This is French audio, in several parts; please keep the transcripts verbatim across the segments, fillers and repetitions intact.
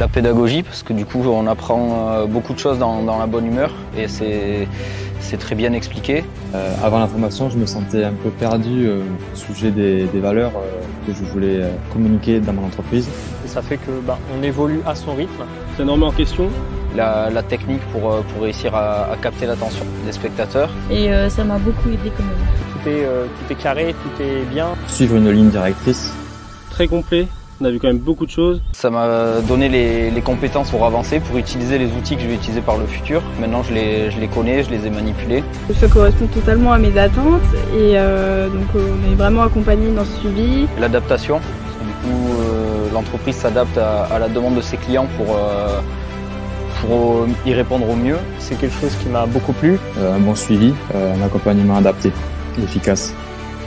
la pédagogie, parce que du coup on apprend beaucoup de choses dans, dans la bonne humeur et c'est c'est très bien expliqué. Euh, avant la formation, je me sentais un peu perdu euh, au sujet des, des valeurs euh, que je voulais euh, communiquer dans mon entreprise. Et ça fait que bah, on évolue à son rythme. Ça nous remet en question. La, la technique pour, pour réussir à, à capter l'attention des spectateurs. Et euh, ça m'a beaucoup aidé quand même. Tout est, euh, tout est carré, tout est bien. Suivre une ligne directrice. Très complet. On a vu quand même beaucoup de choses. Ça m'a donné les, les compétences pour avancer, pour utiliser les outils que je vais utiliser par le futur. Maintenant, je les, je les connais, je les ai manipulés. Ça correspond totalement à mes attentes et euh, donc on est vraiment accompagné dans ce suivi. L'adaptation, parce que du coup, euh, l'entreprise s'adapte à, à la demande de ses clients pour, euh, pour y répondre au mieux. C'est quelque chose qui m'a beaucoup plu. Euh, un bon suivi, euh, un accompagnement adapté et efficace.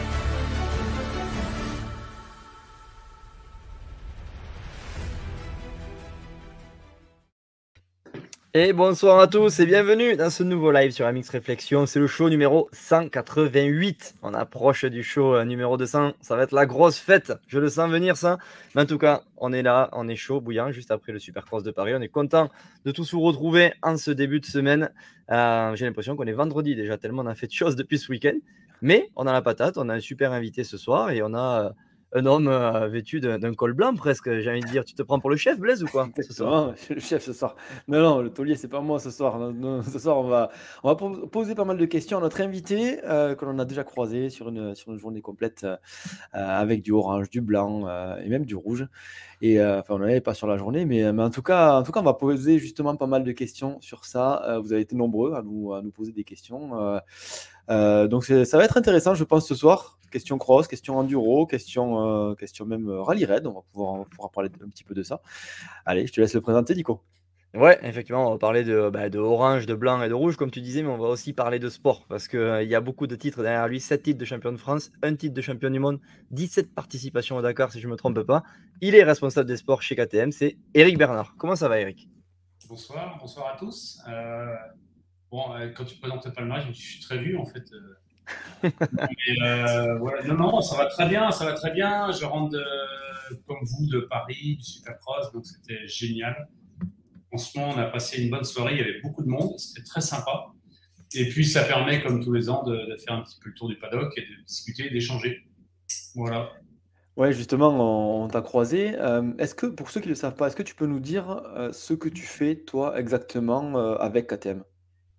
Et bonsoir à tous et bienvenue dans ce nouveau live sur Amix Réflexion. C'est le show numéro cent quatre-vingt-huit. On approche du show numéro deux cents. Ça va être la grosse fête. Je le sens venir ça. Mais en tout cas, on est là, on est chaud, bouillant, juste après le Supercross de Paris. On est content de tous vous retrouver en ce début de semaine. Euh, J'ai l'impression qu'on est vendredi déjà, tellement on a fait de choses depuis ce week-end. Mais on a la patate, on a un super invité ce soir et on a un homme euh, vêtu d'un col blanc presque, j'ai envie de dire. Tu te prends pour le chef, Blaise, ou quoi ce soir? Je suis le chef ce soir. Non, non, le taulier, c'est pas moi ce soir. Non, non, ce soir, on va, on va poser pas mal de questions à notre invité euh, que l'on a déjà croisé sur une, sur une journée complète euh, avec du orange, du blanc euh, et même du rouge. Et euh, enfin, on n'en avait pas sur la journée, mais, mais en, tout cas, en tout cas, on va poser justement pas mal de questions sur ça. Euh, vous avez été nombreux à nous, à nous poser des questions. Euh, euh, donc, ça va être intéressant, je pense, ce soir. Question cross, question enduro, question, euh, question même rallye raid. On va pouvoir, on pourra parler un petit peu de ça. Allez, je te laisse le présenter, Nico. Ouais, effectivement, on va parler de, bah, de orange, de blanc et de rouge, comme tu disais, mais on va aussi parler de sport, parce qu'il euh, y a beaucoup de titres derrière lui, sept titres de champion de France, un titre de champion du monde, dix-sept participations au Dakar, si je ne me trompe pas. Il est responsable des sports chez K T M, c'est Eric Bernard. Comment ça va, Eric? Bonsoir, bonsoir à tous. Euh, bon, euh, quand tu présentes le palmarès, je me dis, je suis très vieux, en fait. Euh... Mais, euh, voilà. Non, non, ça va très bien, ça va très bien. Je rentre de, comme vous de Paris, du Supercross, donc c'était génial. Franchement, on a passé une bonne soirée, il y avait beaucoup de monde, c'était très sympa. Et puis, ça permet, comme tous les ans, de, de faire un petit peu le tour du paddock et de discuter, d'échanger. Voilà. Ouais, justement, on, on t'a croisé. Euh, est-ce que, pour ceux qui ne le savent pas, est-ce que tu peux nous dire euh, ce que tu fais, toi, exactement, euh, avec K T M?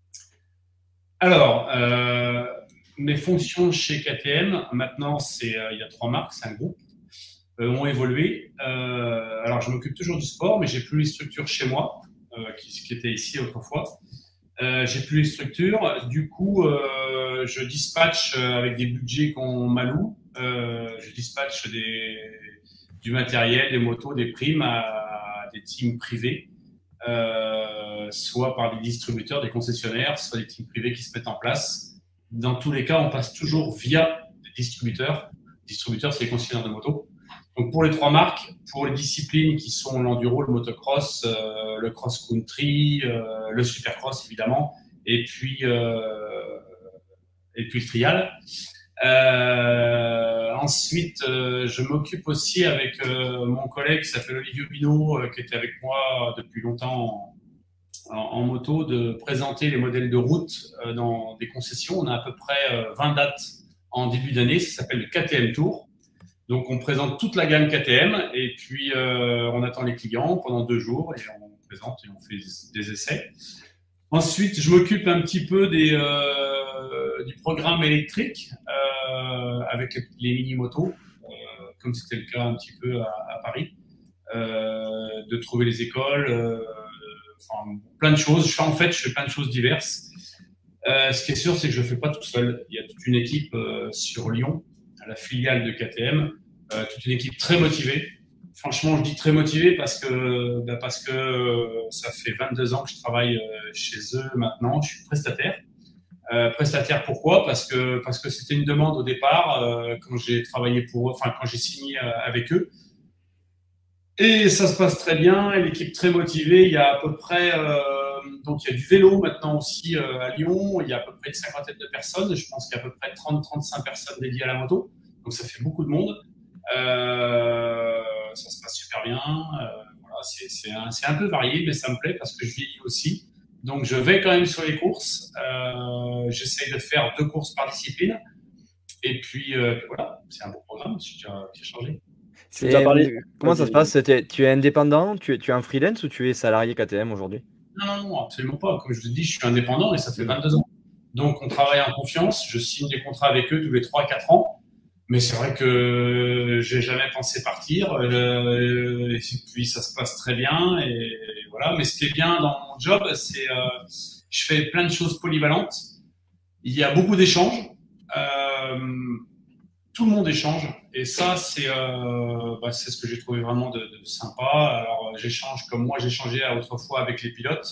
Alors, euh, mes fonctions chez K T M, maintenant, c'est, euh, il y a trois marques, c'est un groupe, euh, ont évolué. Euh, alors, je m'occupe toujours du sport, mais j'ai plus les structures chez moi, euh, qui, qui étaient ici autrefois. Euh, j'ai plus les structures. Du coup, euh, je dispatche avec des budgets qu'on m'alloue. Euh, je dispatche des, du matériel, des motos, des primes à, à des teams privés. Euh, soit par des distributeurs, des concessionnaires, soit des teams privés qui se mettent en place. Dans tous les cas, on passe toujours via des distributeurs. Les distributeurs, c'est les concessionnaires de motos. Donc, pour les trois marques, pour les disciplines qui sont l'enduro, le motocross, euh, le cross-country, euh, le supercross, évidemment, et puis, euh, et puis le trial. Euh, ensuite, euh, je m'occupe aussi avec euh, mon collègue qui s'appelle Olivier Binot, euh, qui était avec moi depuis longtemps en, en, en moto, de présenter les modèles de route euh, dans des concessions. On a à peu près euh, vingt dates en début d'année. Ça s'appelle le K T M Tour. Donc, on présente toute la gamme K T M et puis euh, on attend les clients pendant deux jours et on présente et on fait des essais. Ensuite, je m'occupe un petit peu des, euh, du programme électrique euh, avec les, les mini-motos, euh, comme c'était le cas un petit peu à, à Paris, euh, de trouver les écoles, euh, enfin, plein de choses. Je fais, en fait, je fais plein de choses diverses. Euh, ce qui est sûr, c'est que je ne le fais pas tout seul. Il y a toute une équipe euh, sur Lyon, à la filiale de K T M, euh, toute une équipe très motivée. Franchement, je dis très motivé parce que, bah parce que euh, ça fait vingt-deux ans que je travaille euh, chez eux maintenant. Je suis prestataire. Euh, prestataire pourquoi? Parce que parce que c'était une demande au départ euh, quand j'ai travaillé pour eux, enfin quand j'ai signé euh, avec eux. Et ça se passe très bien. Et l'équipe très motivée. Il y a à peu près euh, donc il y a du vélo maintenant aussi euh, à Lyon. Il y a à peu près une cinquantaine de personnes. Je pense qu'il y a à peu près trente à trente-cinq personnes dédiées à la moto. Donc ça fait beaucoup de monde. Euh, ça se passe super bien. Euh, voilà. voilà, c'est un, un peu varié, mais ça me plaît parce que je vieillis aussi. Donc, je vais quand même sur les courses. Euh, J'essaye de faire deux courses par discipline. Et puis, euh, voilà, c'est un bon programme qui a, qui a changé. Et, comment ça se passe? Tu es indépendant, tu es, tu es un freelance ou tu es salarié K T M aujourd'hui? Non, non, non, absolument pas. Comme je te dis, je suis indépendant et ça fait vingt-deux ans. Donc, on travaille en confiance. Je signe des contrats avec eux tous les trois à quatre ans. Mais c'est vrai que j'ai jamais pensé partir. Euh, et puis, ça se passe très bien. Et, et voilà. Mais ce qui est bien dans mon job, c'est euh, je fais plein de choses polyvalentes. Il y a beaucoup d'échanges. Euh, tout le monde échange. Et ça, c'est euh, bah, c'est ce que j'ai trouvé vraiment de, de sympa. Alors, j'échange comme moi, j'échangeais autrefois avec les pilotes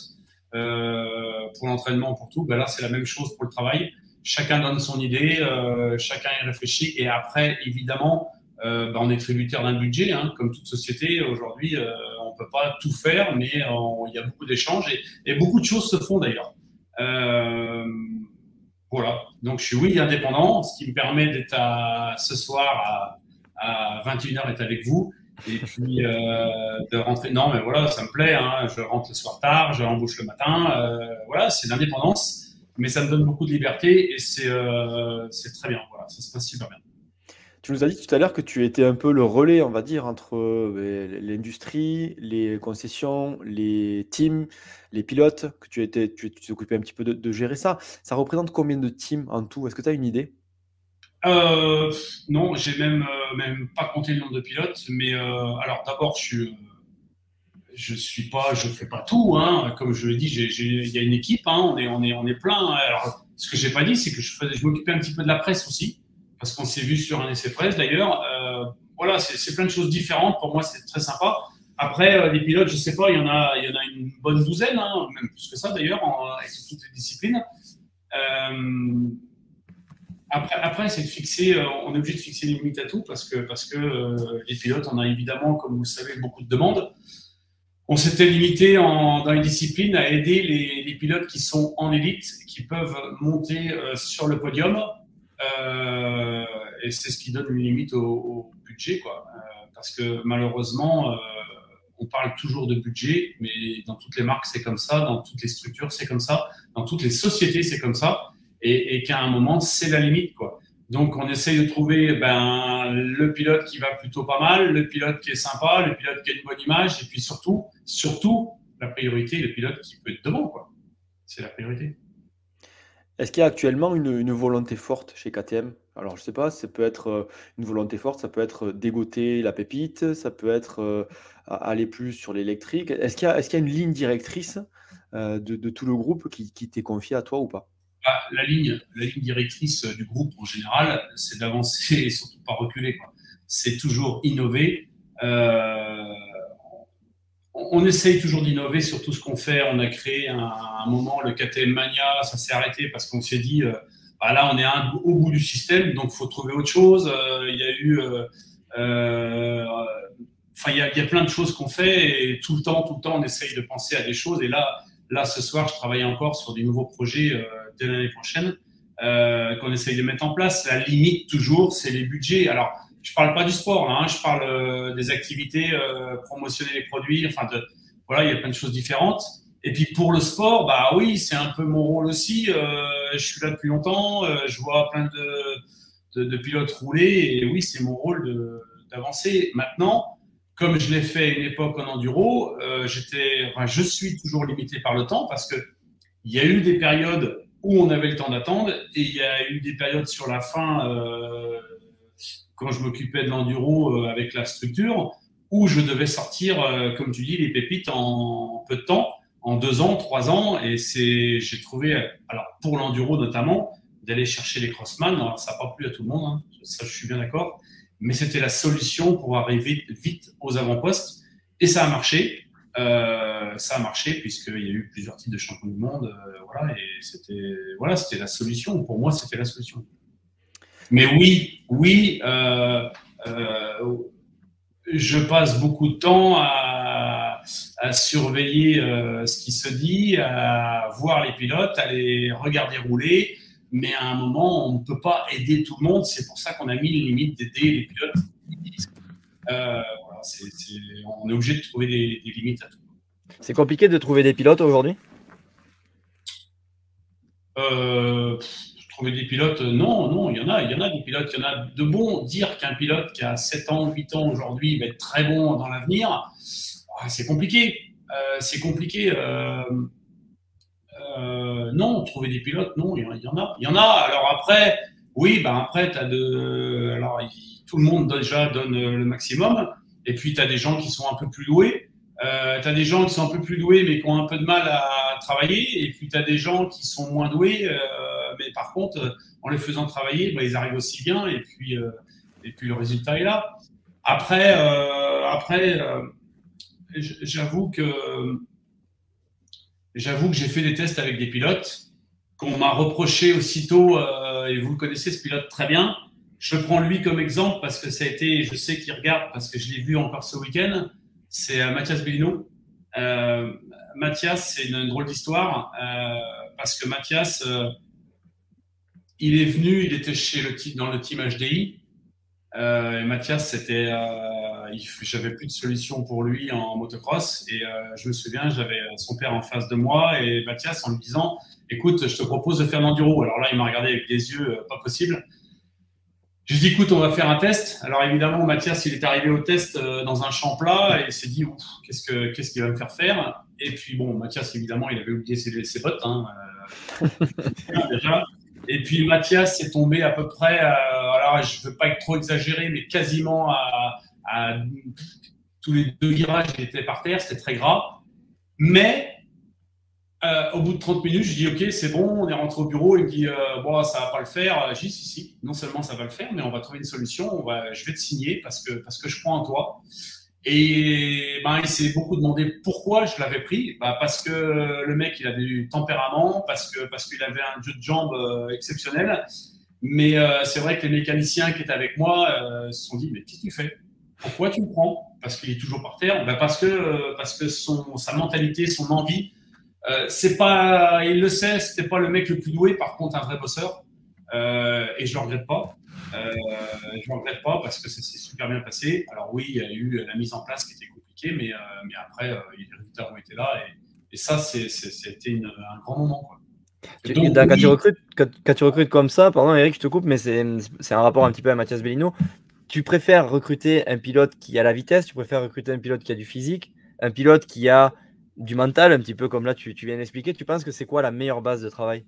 euh, pour l'entraînement, pour tout. Ben là, c'est la même chose pour le travail. Chacun donne son idée, euh, chacun y réfléchit. Et après, évidemment, euh, ben, on est tributaire d'un budget. Hein, comme toute société, aujourd'hui, euh, on ne peut pas tout faire, mais il y a beaucoup d'échanges. Et, et beaucoup de choses se font d'ailleurs. Euh, Voilà, donc je suis oui indépendant, ce qui me permet d'être ce soir à, à vingt et une heures d'être avec vous et puis euh, de rentrer. Non, mais voilà, ça me plaît. Hein, je rentre le soir tard, je embauche le matin. Euh, voilà, c'est l'indépendance, mais ça me donne beaucoup de liberté et c'est euh, c'est très bien. Voilà, ça se passe super bien. Tu nous as dit tout à l'heure que tu étais un peu le relais, on va dire, entre euh, l'industrie, les concessions, les teams, les pilotes, que tu étais, tu t'occupais un petit peu de, de gérer ça. Ça représente combien de teams en tout? Est-ce que tu as une idée? euh, Non, j'ai même, euh, même pas compté le nombre de pilotes, mais euh, alors d'abord, je suis, je suis pas, je fais pas tout, hein. Comme je l'ai dit, il y a une équipe, hein. on est, on est, on est plein. Hein. Alors, ce que j'ai pas dit, c'est que je, je m'occupais un petit peu de la presse aussi. Parce qu'on s'est vu sur un essai presse d'ailleurs. Euh, voilà, c'est plein de choses différentes. Pour moi, c'est très sympa. Après, euh, les pilotes, je sais pas, il y en a, il y en a une bonne douzaine, hein, même plus que ça d'ailleurs, avec toutes les disciplines. Euh, après, après c'est de fixer, euh, on est obligé de fixer des limites à tout parce que, parce que euh, les pilotes, on a évidemment, comme vous le savez, beaucoup de demandes. On s'était limité en, dans les disciplines à aider les, les pilotes qui sont en élite, qui peuvent monter euh, sur le podium. Euh, et c'est ce qui donne une limite au, au budget, quoi. Euh, parce que malheureusement, euh, on parle toujours de budget, mais dans toutes les marques, c'est comme ça, dans toutes les structures, c'est comme ça, dans toutes les sociétés, c'est comme ça, et, et qu'à un moment, c'est la limite, quoi. Donc, on essaye de trouver ben, le pilote qui va plutôt pas mal, le pilote qui est sympa, le pilote qui a une bonne image, et puis surtout, surtout, la priorité, le pilote qui peut être devant, quoi. C'est la priorité. Est-ce qu'il y a actuellement une, une volonté forte chez K T M? Alors, je sais pas, ça peut être une volonté forte, ça peut être dégoter la pépite, ça peut être euh, aller plus sur l'électrique. Est-ce qu'il y a, est-ce qu'il y a une ligne directrice euh, de, de tout le groupe qui, qui t'est confiée à toi ou pas? Ah, la, ligne, la ligne directrice du groupe en général, c'est d'avancer et surtout pas reculer, quoi. C'est toujours innover. Euh, On essaye toujours d'innover sur tout ce qu'on fait. On a créé un, un moment le K T M Mania, ça s'est arrêté parce qu'on s'est dit, euh, bah là on est un, au bout du système, donc faut trouver autre chose. Euh, il y a eu, euh, euh, enfin il y a, il y a plein de choses qu'on fait et tout le temps, tout le temps on essaye de penser à des choses. Et là, là ce soir, je travaille encore sur des nouveaux projets euh, dès l'année prochaine euh, qu'on essaye de mettre en place. La limite toujours, c'est les budgets. Alors je parle pas du sport, là, hein, je parle euh, des activités, euh, promotionner les produits, enfin, de, voilà, il y a plein de choses différentes. Et puis pour le sport, bah oui, c'est un peu mon rôle aussi. Euh, je suis là depuis longtemps, euh, je vois plein de, de, de pilotes rouler, et oui, c'est mon rôle d'avancer. Maintenant, comme je l'ai fait à une époque en enduro, euh, j'étais, enfin, je suis toujours limité par le temps parce que il y a eu des périodes où on avait le temps d'attendre et il y a eu des périodes sur la fin. Euh, quand je m'occupais de l'enduro euh, avec la structure, où je devais sortir, euh, comme tu dis, les pépites en peu de temps, en deux ans, trois ans. Et c'est, j'ai trouvé, alors pour l'enduro notamment, d'aller chercher les crossman. Alors ça n'a pas plu à tout le monde, hein, ça je suis bien d'accord, mais c'était la solution pour arriver vite aux avant-postes. Et ça a marché. Euh, ça a marché puisqu'il y a eu plusieurs titres de champion du monde. Euh, voilà, et c'était, voilà, c'était la solution. Pour moi, c'était la solution. Mais oui, oui, euh, euh, je passe beaucoup de temps à, à surveiller euh, ce qui se dit, à voir les pilotes, à les regarder rouler. Mais à un moment, on ne peut pas aider tout le monde. C'est pour ça qu'on a mis une limite d'aider les pilotes. Euh, voilà, c'est, c'est, on est obligé de trouver des, des limites à tout. C'est compliqué de trouver des pilotes aujourd'hui? euh, Trouver des pilotes, non, non, il y en a, il y en a des pilotes, il y en a de bons. Dire qu'un pilote qui a sept ans, huit ans aujourd'hui va être très bon dans l'avenir, c'est compliqué. Euh, c'est compliqué. Euh, euh, non, trouver des pilotes, non, il y en a. Il y en a. Alors après, oui, ben après, t'as de, alors il, tout le monde déjà donne le maximum. Et puis tu as des gens qui sont un peu plus doués. Euh, tu as des gens qui sont un peu plus doués mais qui ont un peu de mal à travailler. Et puis tu as des gens qui sont moins doués. Euh, mais par contre, en les faisant travailler, bah, ils arrivent aussi bien, et puis, euh, et puis le résultat est là. Après, euh, après euh, j'avoue que j'avoue que j'ai fait des tests avec des pilotes qu'on m'a reproché aussitôt, euh, et vous le connaissez ce pilote très bien. Je prends lui comme exemple parce que ça a été, je sais qu'il regarde parce que je l'ai vu encore ce week-end, c'est euh, Mathias Bellino. Euh, Mathias, c'est une, une drôle d'histoire, euh, parce que Mathias, euh, il est venu, il était chez le dans le team H D I. Euh, et Mathias, c'était, euh, j'avais plus de solution pour lui en motocross. Et euh, je me souviens, j'avais son père en face de moi et Mathias en lui disant, écoute, je te propose de faire l'enduro. Alors là, il m'a regardé avec des yeux euh, pas possible. Je lui ai dit, écoute, on va faire un test. Alors évidemment, Mathias, il est arrivé au test euh, dans un champ plat et il s'est dit, qu'est-ce que qu'est-ce qu'il va me faire faire? Et puis bon, Mathias, évidemment, il avait oublié ses, ses bottes, hein, euh, déjà. Et puis Mathias est tombé à peu près, à, alors je ne veux pas être trop exagéré, mais quasiment à, à tous les deux virages, il était par terre, c'était très grave. Mais euh, au bout de trente minutes, je dis ok, c'est bon, on est rentré au bureau. Il me dit euh, bon, ça va pas le faire. Je dis si, si, non seulement ça va le faire, mais on va trouver une solution. On va, je vais te signer parce que parce que je crois en toi. Et ben, il s'est beaucoup demandé pourquoi je l'avais pris. Ben, parce que le mec, il a du tempérament, parce que parce qu'il avait un jeu de jambes euh, exceptionnel. Mais euh, c'est vrai que les mécaniciens qui étaient avec moi euh, se sont dit, mais qu'est-ce que tu fais? Pourquoi tu le prends? Parce qu'il est toujours par terre. Ben, parce que euh, parce que son sa mentalité, son envie, euh, c'est pas, il le sait, c'était pas le mec le plus doué. Par contre, un vrai bosseur. Euh, et je le regrette pas. Euh, je ne regrette pas parce que ça s'est super bien passé. Alors oui, il y a eu la mise en place qui était compliquée, mais, euh, mais après, euh, les résultats ont été là. Et, et ça, c'était une, un grand moment, quoi. Donc, quand, oui. tu recrutes, quand, quand tu recrutes comme ça, pardon Eric, je te coupe, mais c'est un rapport un petit peu à Mathias Bellino. Tu préfères recruter un pilote qui a la vitesse, tu préfères recruter un pilote qui a du physique, un pilote qui a du mental, un petit peu comme là tu, tu viens d'expliquer. Tu penses que c'est quoi la meilleure base de travail?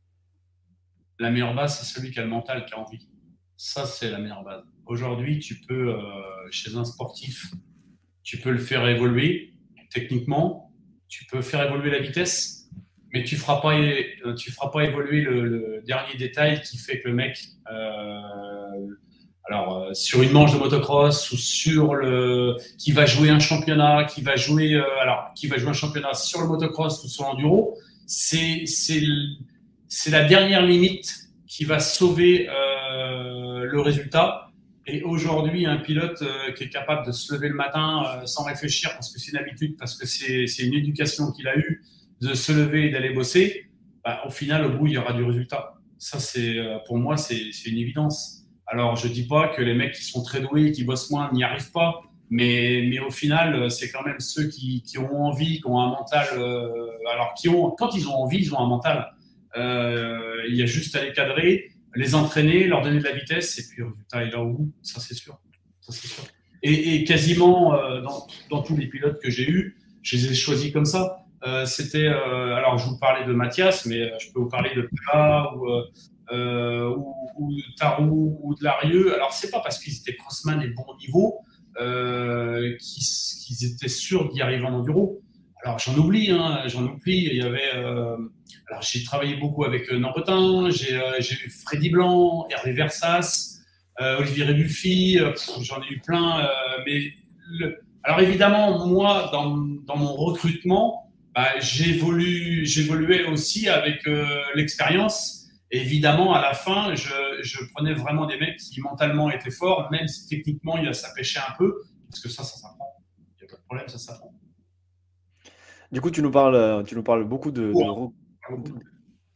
La meilleure base, c'est celui qui a le mental, qui a envie. Ça, c'est la meilleure base. Aujourd'hui, tu peux, euh, chez un sportif, tu peux le faire évoluer techniquement, tu peux faire évoluer la vitesse, mais tu ne feras pas, tu feras pas évoluer le, le dernier détail qui fait que le mec, euh, alors, euh, sur une manche de motocross ou sur le, qui va jouer un championnat, qui va jouer, euh, alors, qui va jouer un championnat sur le motocross ou sur l'enduro, c'est, c'est, c'est la dernière limite qui va sauver euh, le résultat. Et aujourd'hui, un pilote euh, qui est capable de se lever le matin euh, sans réfléchir, parce que c'est une habitude, parce que c'est une éducation qu'il a eue, de se lever et d'aller bosser, bah, au final, au bout, il y aura du résultat. Ça, c'est euh, pour moi, c'est une évidence. Alors, je dis pas que les mecs qui sont très doués, qui bossent moins, n'y arrivent pas, mais, mais au final, c'est quand même ceux qui, qui ont envie, qui ont un mental. Euh, alors, qui ont, quand ils ont envie, ils ont un mental. Euh, il y a juste à les cadrer, les entraîner, leur donner de la vitesse, et puis le résultat est là au bout, ça c'est sûr. Ça, sûr. Et, et quasiment euh, dans, dans tous les pilotes que j'ai eus, je les ai choisis comme ça. Euh, C'était, euh, alors je vous parlais de Mathias, mais je peux vous parler de Pela ou, euh, ou, ou de Tarou ou de Larieux. Alors c'est pas parce qu'ils étaient crossman et bon niveau euh, qu'ils qu'ils étaient sûrs d'y arriver en enduro. Alors j'en oublie, hein, j'en oublie. Il y avait, euh, alors j'ai travaillé beaucoup avec euh, Nambotin, j'ai euh, eu Freddy Blanc, Hervé Versas, euh, Olivier Rébuffi, euh, j'en ai eu plein. Euh, mais le... alors évidemment, moi, dans, dans mon recrutement, bah, j'évoluais aussi avec euh, l'expérience. Évidemment, à la fin, je, je prenais vraiment des mecs qui mentalement étaient forts, même si techniquement, il ça pêchait un peu, parce que ça, ça s'apprend. Il n'y a pas de problème, ça s'apprend. Du coup, tu nous parles, tu nous parles beaucoup de, de,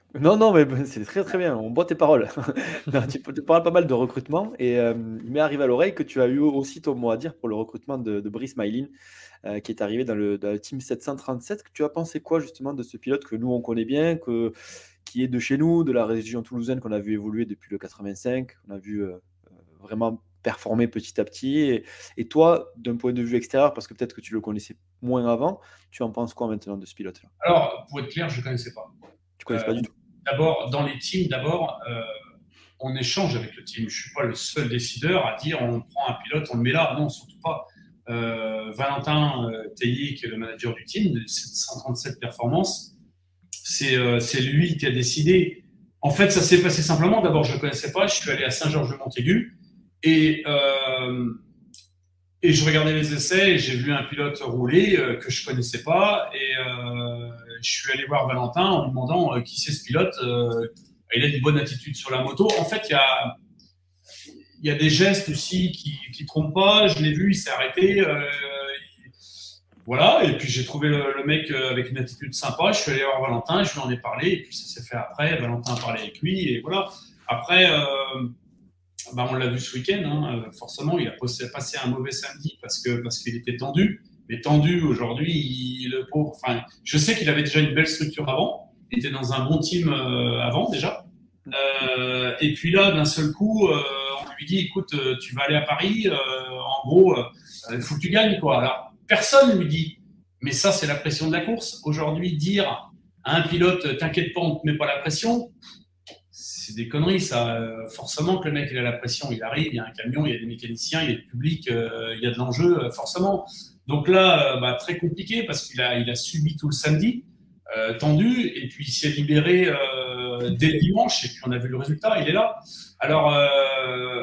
Non, non, mais bon, c'est très très bien, on boit tes paroles. Non, tu, tu parles pas mal de recrutement et euh, il m'est arrivé à l'oreille que tu as eu aussi ton mot à dire pour le recrutement de, de Brice Mailin, euh, qui est arrivé dans le, dans le team sept cent trente-sept. Tu as pensé quoi justement de ce pilote que nous on connaît bien, que, qui est de chez nous, de la région toulousaine qu'on a vu évoluer depuis le quatre-vingt-cinq, qu'on a vu euh, vraiment performer petit à petit. Et, et toi, d'un point de vue extérieur, parce que peut-être que tu le connaissais moins avant, tu en penses quoi maintenant de ce pilote-là? Alors, pour être clair, je ne connaissais pas. Tu ne connaissais euh, pas du tout? D'abord, dans les teams, d'abord, euh, on échange avec le team. Je ne suis pas le seul décideur à dire on prend un pilote, on le met là. Non, surtout pas. Euh, Valentin euh, Tellier, qui est le manager du team, de sept cent trente-sept Performance, c'est euh, lui qui a décidé. En fait, ça s'est passé simplement. D'abord, je ne le connaissais pas. Je suis allé à Saint-Georges-de-Montaigu et, euh, et je regardais les essais et j'ai vu un pilote rouler euh, que je ne connaissais pas. Et euh, je suis allé voir Valentin en lui demandant euh, qui c'est ce pilote. Euh, il a une bonne attitude sur la moto. En fait, il y a, il y a des gestes aussi qui ne trompent pas. Je l'ai vu, il s'est arrêté. Euh, il... Voilà. Et puis, j'ai trouvé le, le mec avec une attitude sympa. Je suis allé voir Valentin, je lui en ai parlé. Et puis, ça s'est fait après. Valentin a parlé avec lui. Et voilà. Après, euh, bah, on l'a vu ce week-end. Hein. Forcément, il a passé un mauvais samedi parce que parce qu'il était tendu. Mais tendu aujourd'hui, il, le pauvre. Enfin, je sais qu'il avait déjà une belle structure avant. Il était dans un bon team euh, avant déjà. Euh, et puis là, d'un seul coup, euh, on lui dit, écoute, tu vas aller à Paris. Euh, en gros, il euh, faut que tu gagnes, quoi. Alors, personne lui dit. Mais ça, c'est la pression de la course. Aujourd'hui, dire à un pilote, t'inquiète pas, on te met pas la pression. C'est des conneries, ça. Forcément que le mec, il a la pression. Il arrive, il y a un camion, il y a des mécaniciens, il y a du public, euh, il y a de l'enjeu, forcément. Donc là, bah, très compliqué parce qu'il a, il a subi tout le samedi, euh, tendu, et puis il s'est libéré euh, dès le dimanche, et puis on a vu le résultat, il est là. Alors, euh,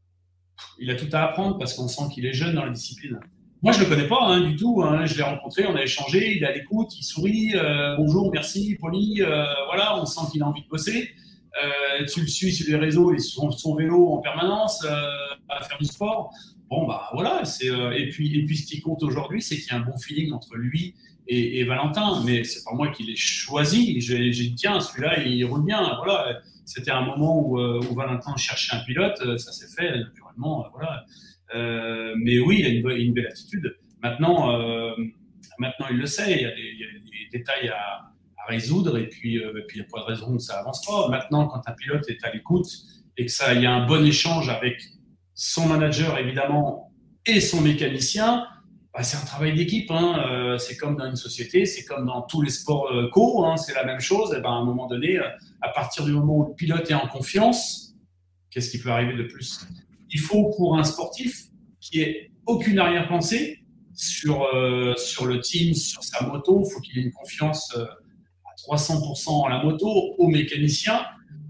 il a tout à apprendre parce qu'on sent qu'il est jeune dans la discipline. Moi, je ne le connais pas hein, du tout. Hein. Je l'ai rencontré, on a échangé, il est à l'écoute, il sourit, euh, bonjour, merci, poli. Euh, voilà, on sent qu'il a envie de bosser. Euh, tu le suis sur les réseaux, il est sur son vélo en permanence, euh, à faire du sport. Bon, bah voilà. Euh, et, puis, et puis, ce qui compte aujourd'hui, c'est qu'il y a un bon feeling entre lui et, et Valentin. Mais c'est pas moi qui l'ai choisi. J'ai dit, tiens, celui-là, il roule bien. Voilà. C'était un moment où, où Valentin cherchait un pilote. Ça s'est fait naturellement. Voilà. Euh, mais oui, il a une, une belle attitude. Maintenant, euh, maintenant, il le sait. Il y a des, il y a des détails à, à résoudre. Et puis, euh, et puis, il n'y a pas de raison que ça avance pas. Maintenant, quand un pilote est à l'écoute et que ça, il y a un bon échange avec son manager, évidemment, et son mécanicien, bah, c'est un travail d'équipe. Hein. Euh, c'est comme dans une société, c'est comme dans tous les sports euh, co, hein, c'est la même chose. Et ben, à un moment donné, euh, à partir du moment où le pilote est en confiance, qu'est-ce qui peut arriver de plus? Il faut, pour un sportif qui ait aucune arrière-pensée sur, euh, sur le team, sur sa moto, il faut qu'il ait une confiance euh, à trois cents pour cent en la moto, au mécanicien.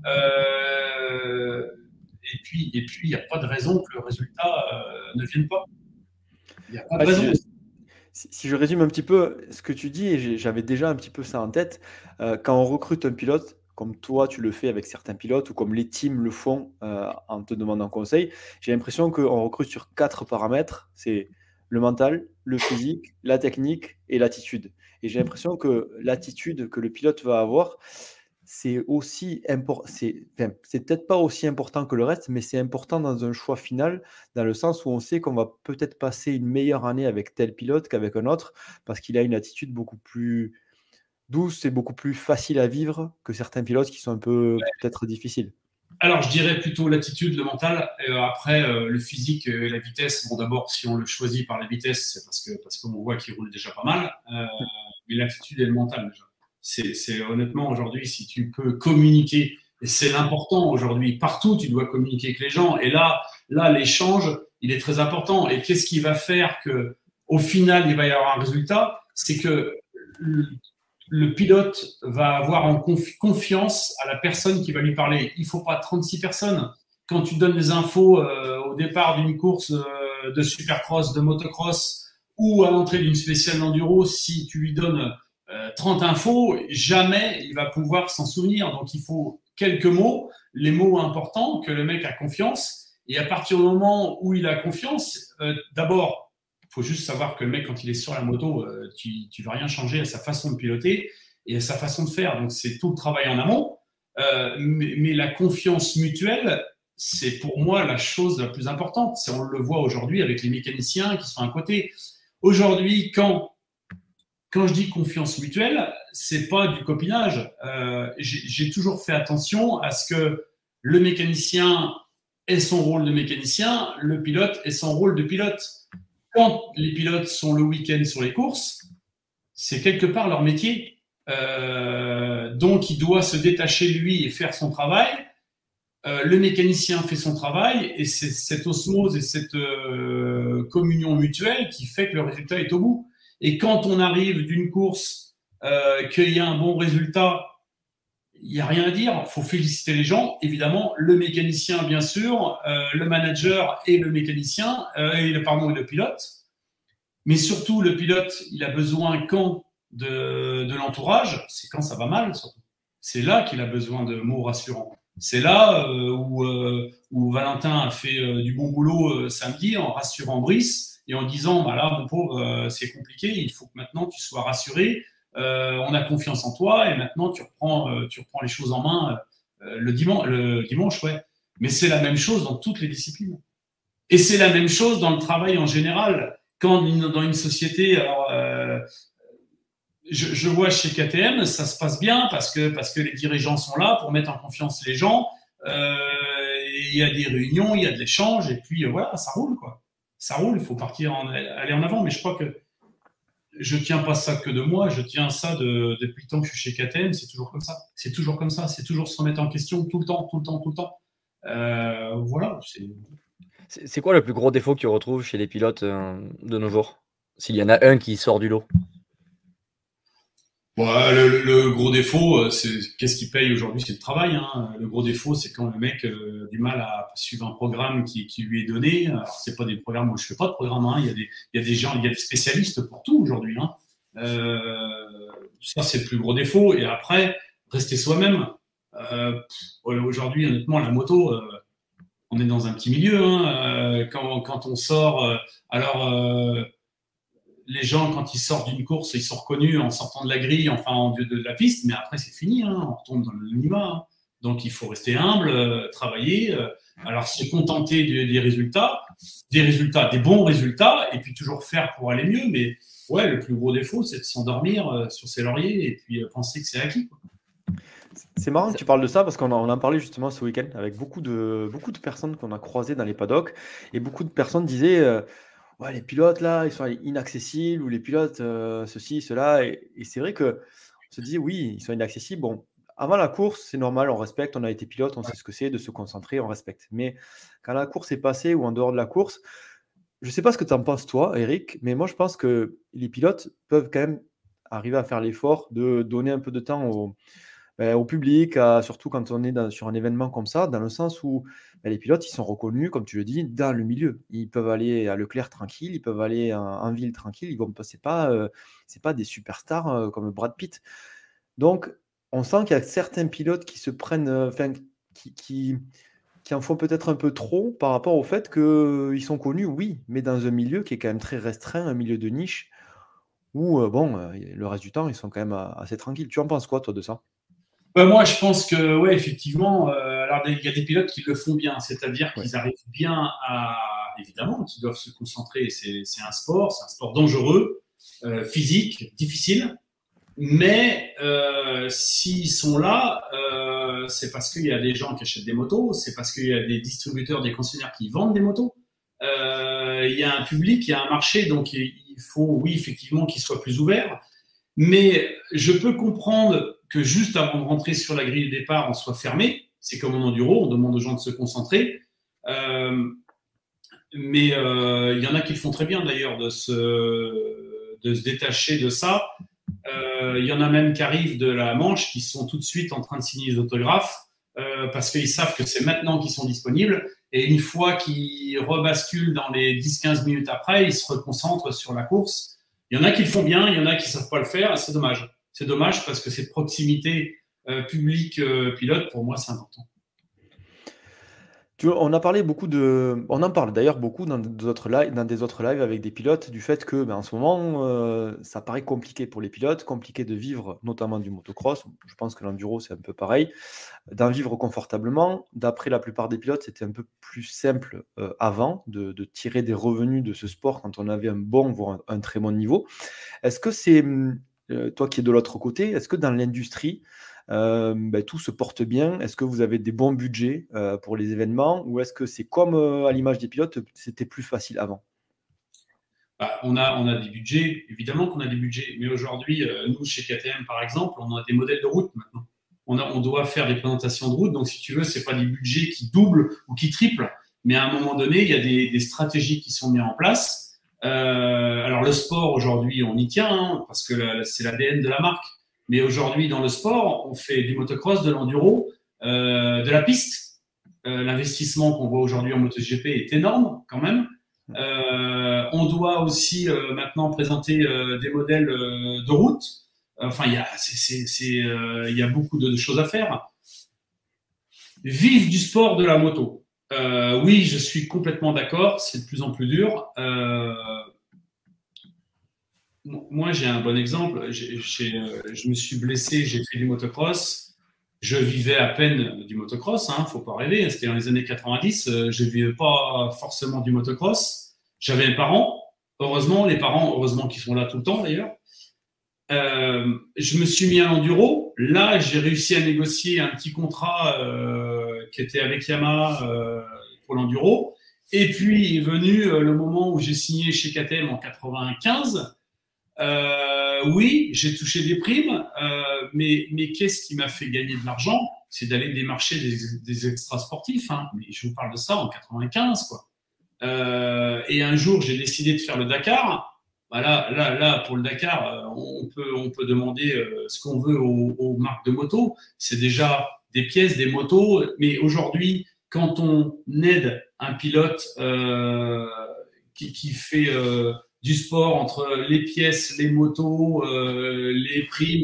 Euh, Et puis, et puis, il n'y a pas de raison que le résultat euh, ne vienne pas. Il n'y a pas de ah, raison. Si je, si je résume un petit peu ce que tu dis, et j'avais déjà un petit peu ça en tête, euh, quand on recrute un pilote, comme toi tu le fais avec certains pilotes, ou comme les teams le font euh, en te demandant conseil, j'ai l'impression qu'on recrute sur quatre paramètres. C'est le mental, le physique, la technique et l'attitude. Et j'ai l'impression que l'attitude que le pilote va avoir, c'est aussi important, c'est enfin, c'est peut-être pas aussi important que le reste, mais c'est important dans un choix final, dans le sens où on sait qu'on va peut-être passer une meilleure année avec tel pilote qu'avec un autre, parce qu'il a une attitude beaucoup plus douce et beaucoup plus facile à vivre que certains pilotes qui sont un peu ouais. peut-être difficiles. Alors, je dirais plutôt l'attitude, le mental. Et après, euh, le physique et la vitesse. Bon, d'abord, si on le choisit par la vitesse, c'est parce que parce qu'on voit qu'il roule déjà pas mal. Euh, mais l'attitude et le mental, déjà. C'est honnêtement aujourd'hui, si tu peux communiquer, et c'est l'important aujourd'hui, partout tu dois communiquer avec les gens, et là, là l'échange, il est très important. Et qu'est-ce qui va faire que, au final, il va y avoir un résultat? C'est que le, le pilote va avoir en confi confiance à la personne qui va lui parler. Il ne faut pas trente-six personnes. Quand tu donnes des infos euh, au départ d'une course euh, de supercross, de motocross, ou à l'entrée d'une spéciale enduro, si tu lui donnes Euh, trente infos, jamais il va pouvoir s'en souvenir. Donc, il faut quelques mots, les mots importants, que le mec a confiance. Et à partir du moment où il a confiance, euh, d'abord, il faut juste savoir que le mec, quand il est sur la moto, euh, tu ne vas rien changer à sa façon de piloter et à sa façon de faire. Donc, c'est tout le travail en amont. Euh, mais, mais la confiance mutuelle, c'est pour moi la chose la plus importante. C'est, on le voit aujourd'hui avec les mécaniciens qui sont à côté. Aujourd'hui, quand, quand je dis confiance mutuelle, c'est pas du copinage. Euh, j'ai, j'ai toujours fait attention à ce que le mécanicien ait son rôle de mécanicien, le pilote ait son rôle de pilote. Quand les pilotes sont le week-end sur les courses, c'est quelque part leur métier. Euh, donc, il doit se détacher de lui et faire son travail. Euh, le mécanicien fait son travail et c'est cette osmose et cette euh, communion mutuelle qui fait que le résultat est au bout. Et quand on arrive d'une course, euh, qu'il y a un bon résultat, il n'y a rien à dire. Il faut féliciter les gens. Évidemment, le mécanicien, bien sûr, euh, le manager et le mécanicien, euh, et le, pardon, et le pilote. Mais surtout, le pilote, il a besoin quand de, de l'entourage, c'est quand ça va mal, surtout. C'est là qu'il a besoin de mots rassurants. C'est là euh, où, euh, où Valentin a fait euh, du bon boulot euh, samedi en rassurant Brice et en disant bah là, mon pauvre, euh, c'est compliqué, il faut que maintenant tu sois rassuré, euh, on a confiance en toi et maintenant tu reprends, euh, tu reprends les choses en main euh, le, dimanche, le dimanche. Ouais. Mais c'est la même chose dans toutes les disciplines. Et c'est la même chose dans le travail en général. Quand dans une société, alors, euh, Je, je vois chez K T M, ça se passe bien parce que, parce que les dirigeants sont là pour mettre en confiance les gens. Euh, il y a des réunions, il y a de l'échange, et puis euh, voilà, ça roule, quoi. Ça roule, il faut partir, en, aller en avant. Mais je crois que je tiens pas ça que de moi, je tiens ça de, depuis le temps que je suis chez K T M, c'est toujours comme ça. C'est toujours comme ça, c'est toujours se remettre en question tout le temps, tout le temps, tout le temps. Euh, voilà. C'est... C'est, c'est quoi le plus gros défaut que tu retrouves chez les pilotes euh, de nos jours, s'il y en a un qui sort du lot? Ouais, le, le gros défaut, c'est qu'est-ce qui paye aujourd'hui, c'est le travail. Hein. Le gros défaut, c'est quand le mec euh, a du mal à suivre un programme qui, qui lui est donné. Alors, c'est pas des programmes où je fais pas de programme. Hein. Il y a des, il y a des gens, il y a des spécialistes pour tout aujourd'hui. Hein. Euh, ça, c'est le plus gros défaut. Et après, rester soi-même. Euh, aujourd'hui, honnêtement, la moto, euh, on est dans un petit milieu. Hein. Euh, quand, quand on sort, euh, alors. Euh, Les gens, quand ils sortent d'une course, ils sont reconnus en sortant de la grille, enfin en de, de la piste, mais après c'est fini, hein, on retombe dans l'anonymat. Hein. Donc il faut rester humble, euh, travailler, euh, alors se contenter de, des résultats, des résultats, des bons résultats, et puis toujours faire pour aller mieux. Mais ouais, le plus gros défaut, c'est de s'endormir euh, sur ses lauriers et puis euh, penser que c'est acquis, quoi. C'est marrant que tu parles de ça parce qu'on en, on en parlait justement ce week-end avec beaucoup de, beaucoup de personnes qu'on a croisées dans les paddocks et beaucoup de personnes disaient euh, ouais, les pilotes là, ils sont inaccessibles ou les pilotes euh, ceci, cela. Et, et c'est vrai que on se dit oui, ils sont inaccessibles. Bon, avant la course, c'est normal, on respecte, on a été pilote, on sait ce que c'est de se concentrer, on respecte. Mais quand la course est passée ou en dehors de la course, je ne sais pas ce que tu en penses toi, Eric, mais moi je pense que les pilotes peuvent quand même arriver à faire l'effort de donner un peu de temps au, ben, au public, à, surtout quand on est dans, sur un événement comme ça, dans le sens où ben, les pilotes, ils sont reconnus, comme tu le dis, dans le milieu. Ils peuvent aller à Leclerc tranquille, ils peuvent aller en, en ville tranquille, ils vont c'est pas, euh, c'est pas des superstars euh, comme Brad Pitt. Donc, on sent qu'il y a certains pilotes qui se prennent, enfin, euh, qui, qui, qui en font peut-être un peu trop par rapport au fait qu'ils euh, sont connus, oui, mais dans un milieu qui est quand même très restreint, un milieu de niche, où, euh, bon, euh, le reste du temps, ils sont quand même euh, assez tranquilles. Tu en penses quoi, toi, de ça? Ben moi, je pense que, ouais, effectivement, euh, alors il y a des pilotes qui le font bien, c'est-à-dire qu'ils ouais. arrivent bien à, évidemment, qu'ils doivent se concentrer. C'est, c'est un sport, c'est un sport dangereux, euh, physique, difficile, mais euh, s'ils sont là, euh, c'est parce qu'il y a des gens qui achètent des motos, c'est parce qu'il y a des distributeurs, des concessionnaires qui vendent des motos. Euh, il y a un public, il y a un marché, donc il faut, oui, effectivement, qu'il soit plus ouvert. Mais je peux comprendre que juste avant de rentrer sur la grille de départ, on soit fermé. C'est comme en enduro, on demande aux gens de se concentrer. Euh, mais euh, il y en a qui le font très bien d'ailleurs, de se, de se détacher de ça. Euh, il y en a même qui arrivent de la Manche, qui sont tout de suite en train de signer les autographes, euh, parce qu'ils savent que c'est maintenant qu'ils sont disponibles. Et une fois qu'ils rebasculent dans les dix à quinze minutes après, ils se reconcentrent sur la course. Il y en a qui le font bien, il y en a qui ne savent pas le faire, et c'est dommage. C'est dommage parce que cette proximité euh, publique-pilote, euh, pour moi, c'est important. Tu vois, on a parlé beaucoup de, on en parle d'ailleurs beaucoup dans des autres lives, dans des autres lives avec des pilotes, du fait que ben, en ce moment, euh, ça paraît compliqué pour les pilotes, compliqué de vivre notamment du motocross. Je pense que l'enduro, c'est un peu pareil. D'en vivre confortablement. D'après la plupart des pilotes, c'était un peu plus simple euh, avant de, de tirer des revenus de ce sport quand on avait un bon, voire un, un très bon niveau. Est-ce que c'est, euh, toi qui es de l'autre côté, est-ce que dans l'industrie, Euh, ben, tout se porte bien? Est-ce que vous avez des bons budgets euh, pour les événements ou est-ce que c'est comme euh, à l'image des pilotes, c'était plus facile avant? Bah, on, a, on a des budgets, évidemment qu'on a des budgets, mais aujourd'hui, euh, nous, chez K T M, par exemple, on a des modèles de route maintenant. On, a, on doit faire des présentations de route, donc si tu veux, c'est pas des budgets qui doublent ou qui triplent, mais à un moment donné, il y a des, des stratégies qui sont mises en place. Euh, alors, le sport, aujourd'hui, on y tient, hein, parce que la, c'est l'A D N de la marque. Mais aujourd'hui, dans le sport, on fait du motocross, de l'enduro, euh, de la piste. Euh, l'investissement qu'on voit aujourd'hui en MotoGP est énorme quand même. Euh, on doit aussi euh, maintenant présenter euh, des modèles euh, de route. Enfin, il y a, c'est, c'est, c'est, euh, il y a beaucoup de, de choses à faire. Vive du sport de la moto. Euh, oui, je suis complètement d'accord. C'est de plus en plus dur. Euh, Moi, j'ai un bon exemple. J'ai, j'ai, euh, je me suis blessé, j'ai fait du motocross. Je vivais à peine du motocross, hein, faut pas rêver. C'était dans les années quatre-vingt-dix. Euh, je vivais pas forcément du motocross. J'avais un parent. Heureusement, les parents, heureusement qu'ils sont là tout le temps d'ailleurs. Euh, je me suis mis à l'enduro. Là, j'ai réussi à négocier un petit contrat euh, qui était avec Yamaha euh, pour l'enduro. Et puis est venu euh, le moment où j'ai signé chez K T M en quatre-vingt-quinze. Euh, oui, j'ai touché des primes, euh, mais, mais qu'est-ce qui m'a fait gagner de l'argent? C'est d'aller démarcher des, des extras sportifs. Hein. Mais je vous parle de ça en quatre-vingt-quinze, quoi. Euh, et un jour, j'ai décidé de faire le Dakar. Bah là, là, là, pour le Dakar, on peut, on peut demander ce qu'on veut aux, aux marques de motos. C'est déjà des pièces, des motos. Mais aujourd'hui, quand on aide un pilote euh, qui, qui fait euh, du sport entre les pièces, les motos, euh, les primes,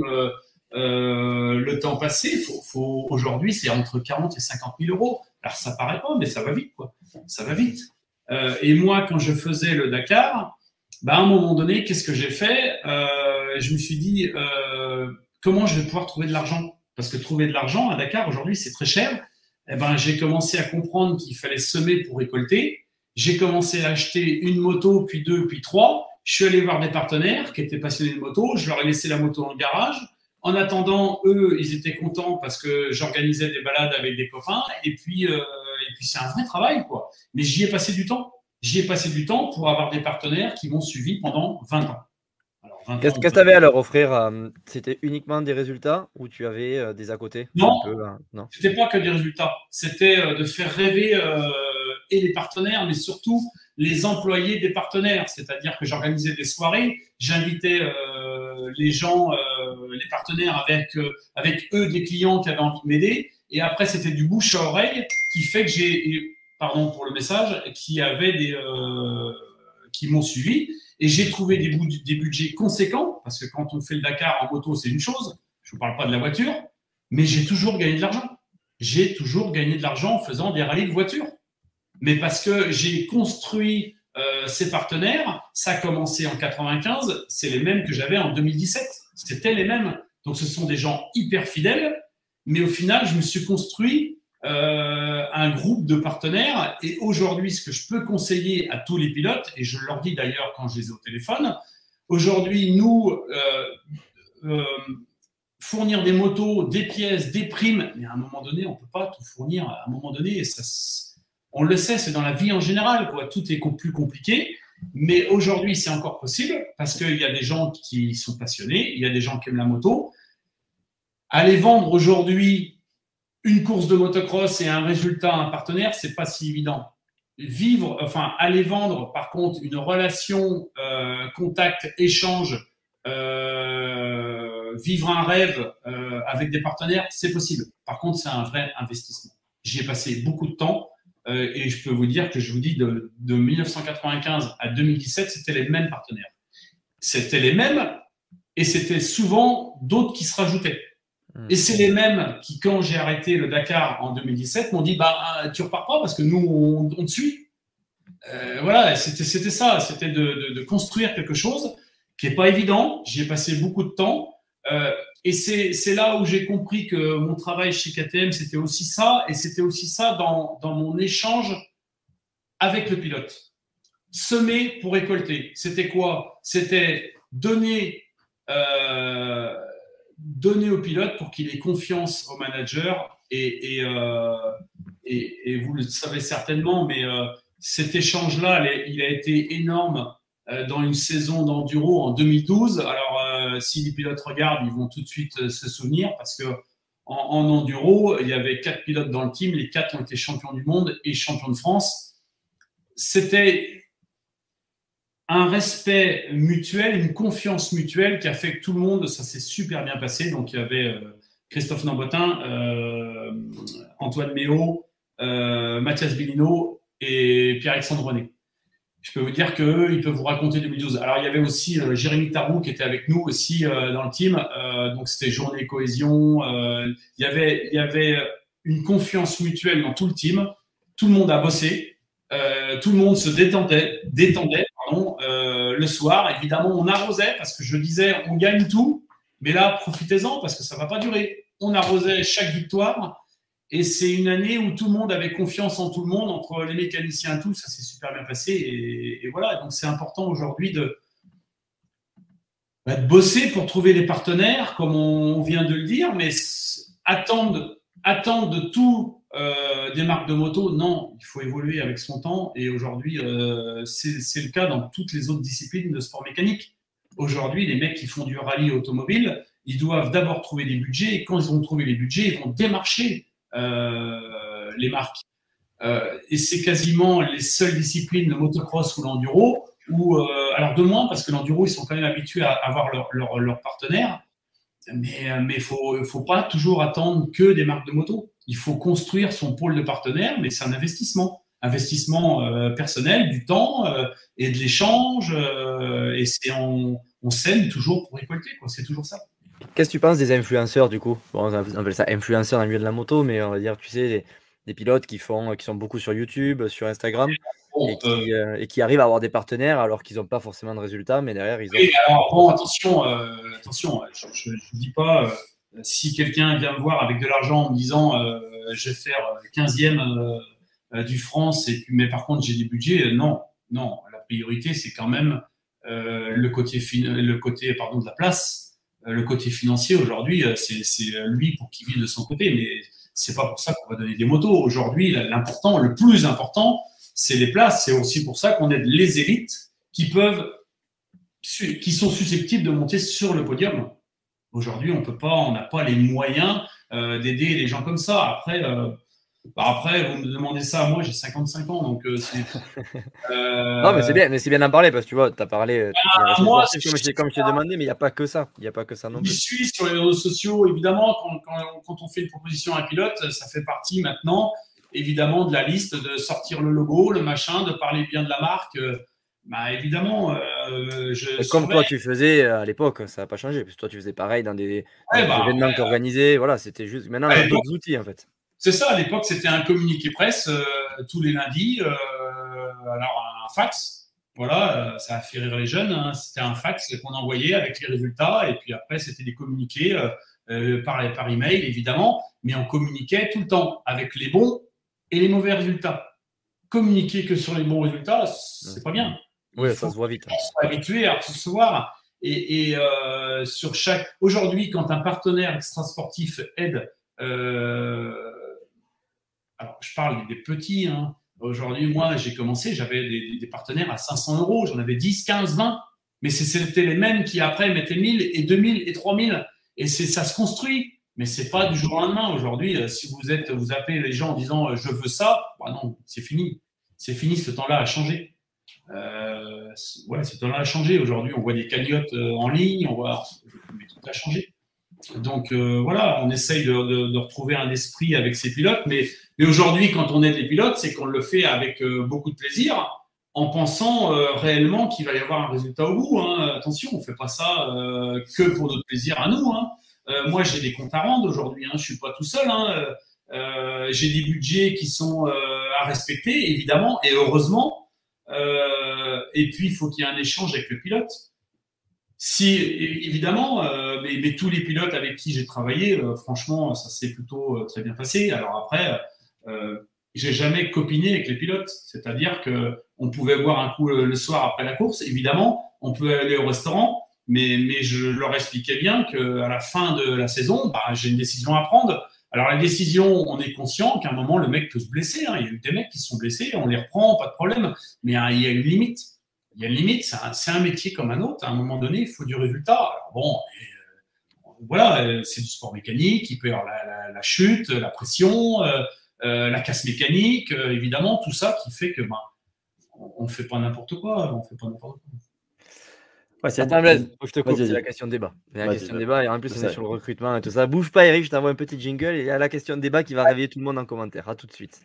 euh, le temps passé, faut, faut, aujourd'hui, c'est entre quarante et cinquante mille euros. Alors, ça paraît pas, mais ça va vite, quoi. Ça va vite. Euh, et moi, quand je faisais le Dakar, bah, à un moment donné, qu'est-ce que j'ai fait? euh, Je me suis dit, euh, comment je vais pouvoir trouver de l'argent? Parce que trouver de l'argent à Dakar, aujourd'hui, c'est très cher. Eh ben, j'ai commencé à comprendre qu'il fallait semer pour récolter. J'ai commencé à acheter une moto, puis deux, puis trois. Je suis allé voir des partenaires qui étaient passionnés de moto. Je leur ai laissé la moto dans le garage. En attendant, eux, ils étaient contents parce que j'organisais des balades avec des copains. Et puis, euh, et puis c'est un vrai travail, quoi. Mais j'y ai passé du temps. J'y ai passé du temps pour avoir des partenaires qui m'ont suivi pendant vingt ans. Alors, vingt Qu'est-ce ans, que tu avais à leur offrir? euh, C'était uniquement des résultats ou tu avais euh, des à côté? Non, un peu, hein, non. c'était pas que des résultats. C'était euh, de faire rêver euh, et les partenaires, mais surtout les employés des partenaires. C'est-à-dire que j'organisais des soirées, j'invitais euh, les gens, euh, les partenaires avec, euh, avec eux, des clients qui avaient envie de m'aider. Et après, c'était du bouche à oreille qui fait que j'ai, pardon pour le message, qui avait des, euh, qui m'ont suivi. Et j'ai trouvé des, des budgets conséquents, parce que quand on fait le Dakar en moto, c'est une chose. Je ne vous parle pas de la voiture, mais j'ai toujours gagné de l'argent. J'ai toujours gagné de l'argent en faisant des rallyes de voiture. Mais parce que j'ai construit euh, ces partenaires, ça a commencé en quatre-vingt-quinze, c'est les mêmes que j'avais en deux mille dix-sept. C'était les mêmes. Donc ce sont des gens hyper fidèles, mais au final, je me suis construit euh, un groupe de partenaires. Et aujourd'hui, ce que je peux conseiller à tous les pilotes, et je leur dis d'ailleurs quand je les ai au téléphone, aujourd'hui, nous, euh, euh, fournir des motos, des pièces, des primes, mais à un moment donné, on ne peut pas tout fournir. À un moment donné, ça, on le sait, c'est dans la vie en général, quoi. Tout est plus compliqué. Mais aujourd'hui, c'est encore possible parce qu'il y a des gens qui sont passionnés, il y a des gens qui aiment la moto. Aller vendre aujourd'hui une course de motocross et un résultat à un partenaire, c'est pas si évident. Vivre, enfin, aller vendre, par contre, une relation, euh, contact, échange, euh, vivre un rêve euh, avec des partenaires, c'est possible. Par contre, c'est un vrai investissement. J'y ai passé beaucoup de temps. Euh, et je peux vous dire que je vous dis de, de mille neuf cent quatre-vingt-quinze à deux mille dix-sept, c'était les mêmes partenaires. C'était les mêmes et c'était souvent d'autres qui se rajoutaient. Mmh. Et c'est les mêmes qui, quand j'ai arrêté le Dakar en deux mille dix-sept, m'ont dit bah, tu repars pas parce que nous, on, on te suit. Euh, voilà, c'était, c'était ça, c'était de, de, de construire quelque chose qui n'est pas évident. J'y ai passé beaucoup de temps. Euh, et c'est, c'est là où j'ai compris que mon travail chez K T M, c'était aussi ça. Et c'était aussi ça dans, dans mon échange avec le pilote. Semer pour récolter. C'était quoi? C'était donner, euh, donner au pilote pour qu'il ait confiance au manager. Et, et, euh, et, et vous le savez certainement, mais euh, cet échange-là, il a été énorme euh, dans une saison d'enduro en deux mille douze. Alors, euh, si les pilotes regardent, ils vont tout de suite euh, se souvenir parce que en, en enduro, il y avait quatre pilotes dans le team. Les quatre ont été champions du monde et champions de France. C'était un respect mutuel, une confiance mutuelle qui a fait que tout le monde, ça s'est super bien passé. Donc, il y avait euh, Christophe Nambotin, euh, Antoine Méo, euh, Mathias Bellino et Pierre-Alexandre René. Je peux vous dire qu'eux, ils peuvent vous raconter deux mille douze. Alors, il y avait aussi euh, Jérémy Tarou qui était avec nous aussi euh, dans le team. Euh, donc, c'était journée cohésion. Euh, il y avait, il y avait une confiance mutuelle dans tout le team. Tout le monde a bossé. Euh, tout le monde se détendait, détendait pardon, euh, le soir. Évidemment, on arrosait parce que je disais, on gagne tout. Mais là, profitez-en parce que ça ne va pas durer. On arrosait chaque victoire. Et c'est une année où tout le monde avait confiance en tout le monde, entre les mécaniciens et tout, ça s'est super bien passé. Et, et voilà, donc c'est important aujourd'hui de, bah, de bosser pour trouver des partenaires, comme on vient de le dire, mais attendre, attendre de tout euh, des marques de moto, non, il faut évoluer avec son temps. Et aujourd'hui, euh, c'est, c'est le cas dans toutes les autres disciplines de sport mécanique. Aujourd'hui, les mecs qui font du rallye automobile, ils doivent d'abord trouver des budgets, et quand ils ont trouvé les budgets, ils vont démarcher Euh, les marques. Euh, et c'est quasiment les seules disciplines, le motocross ou l'enduro, où, euh, alors de moins, parce que l'enduro, ils sont quand même habitués à avoir leurs leur, leur partenaires, mais il mais ne faut, faut pas toujours attendre que des marques de moto. Il faut construire son pôle de partenaires, mais c'est un investissement. Investissement euh, personnel, du temps euh, et de l'échange, euh, et c'est on, on sème toujours pour récolter, quoi. C'est toujours ça. Qu'est-ce que tu penses des influenceurs du coup? Bon, on appelle ça influenceurs dans le milieu de la moto, mais on va dire, tu sais, des, des pilotes qui, font, qui sont beaucoup sur YouTube, sur Instagram, bon, et, qui, euh, et qui arrivent à avoir des partenaires alors qu'ils n'ont pas forcément de résultats, mais derrière ils ont. Oui, alors bon, attention, euh, attention, je ne dis pas euh, si quelqu'un vient me voir avec de l'argent en me disant euh, je vais faire quinzième euh, du France, et puis, mais par contre j'ai des budgets, non, non, la priorité c'est quand même euh, le côté, fin- le côté pardon, de la place. Le côté financier aujourd'hui, c'est, c'est lui pour qu'il vive de son côté, mais c'est pas pour ça qu'on va donner des motos. Aujourd'hui, l'important, le plus important, c'est les places. C'est aussi pour ça qu'on aide les élites qui peuvent, qui sont susceptibles de monter sur le podium. Aujourd'hui, on peut pas, on n'a pas les moyens euh, d'aider les gens comme ça. Après, euh, bah après, vous me demandez ça à moi, j'ai cinquante-cinq ans, donc euh, c'est. Euh... Non, mais c'est bien, mais c'est bien d'en parler parce que tu vois, tu as parlé. Ah, moi, sportif, comme, je, comme je t'ai demandé, mais il n'y a pas que ça. Il n'y a pas que ça non plus. Je suis sur les réseaux sociaux, évidemment, quand, quand, quand on fait une proposition à un pilote, ça fait partie maintenant, évidemment, de la liste de sortir le logo, le machin, de parler bien de la marque. Bah, évidemment, euh, je. Et comme toi, tu faisais à l'époque, ça n'a pas changé, parce que toi, tu faisais pareil dans des, ouais, dans bah, des événements ouais, que tu organisais. Voilà, c'était juste. Maintenant, ouais, on a d'autres outils, en fait. C'est ça, à l'époque, c'était un communiqué presse euh, tous les lundis. Euh, alors, un fax, voilà, euh, ça a fait rire les jeunes. Hein, c'était un fax qu'on envoyait avec les résultats. Et puis après, c'était des communiqués euh, euh, par, par email, évidemment. Mais on communiquait tout le temps avec les bons et les mauvais résultats. Communiquer que sur les bons résultats, c'est pas bien. Oui, ça se voit vite. On soit habitué à recevoir. Et, et euh, sur chaque. Aujourd'hui, quand un partenaire extrasportif aide. Euh, Alors, je parle des petits. Hein. Aujourd'hui, moi, j'ai commencé, j'avais des, des partenaires à cinq cents euros. J'en avais dix, quinze, vingt. Mais c'était les mêmes qui, après, mettaient mille et deux mille et trois mille. Et c'est, ça se construit. Mais c'est pas du jour au lendemain. Aujourd'hui, si vous êtes, vous appelez les gens en disant « je veux ça », bah non, c'est fini. C'est fini, ce temps-là a changé. Euh, ouais, ce temps-là a changé. Aujourd'hui, on voit des cagnottes en ligne, on voit… Mais tout a changé. Donc euh, voilà, on essaye de, de, de retrouver un esprit avec ces pilotes, mais, mais aujourd'hui, quand on aide les pilotes, c'est qu'on le fait avec euh, beaucoup de plaisir, en pensant euh, réellement qu'il va y avoir un résultat au bout. Hein. Attention, on ne fait pas ça euh, que pour notre plaisir à nous. Hein. Euh, moi, j'ai des comptes à rendre aujourd'hui. Hein, je suis pas tout seul. Hein, euh, j'ai des budgets qui sont euh, à respecter, évidemment, et heureusement. Euh, et puis, il faut qu'il y ait un échange avec le pilote. Si, évidemment, euh, mais, mais tous les pilotes avec qui j'ai travaillé, euh, franchement, ça s'est plutôt euh, très bien passé. Alors après, euh, j'ai jamais copiné avec les pilotes. C'est-à-dire que on pouvait boire un coup le, le soir après la course. Évidemment, on peut aller au restaurant, mais, mais je leur expliquais bien qu'à la fin de la saison, bah, j'ai une décision à prendre. Alors la décision, on est conscient qu'à un moment, le mec peut se blesser. Hein. Il y a eu des mecs qui se sont blessés, on les reprend, pas de problème. Mais hein, il y a une limite. Il y a une limite, c'est un, un métier comme un autre. À un moment donné, il faut du résultat. Alors bon, et, euh, voilà, c'est du sport mécanique. Il peut y avoir la, la, la chute, la pression, euh, euh, la casse mécanique, euh, évidemment, tout ça qui fait que ben, on ne fait pas n'importe quoi. On fait pas n'importe quoi. Ouais, c'est Attends, Blaise, faut que je te coupe, c'est la question de débat. Il y a la question de débat et en plus, on est sur le recrutement et tout ça. Bouge pas, Eric, je t'envoie un petit jingle et il y a la question de débat qui va réveiller tout le monde en commentaire. À tout de suite.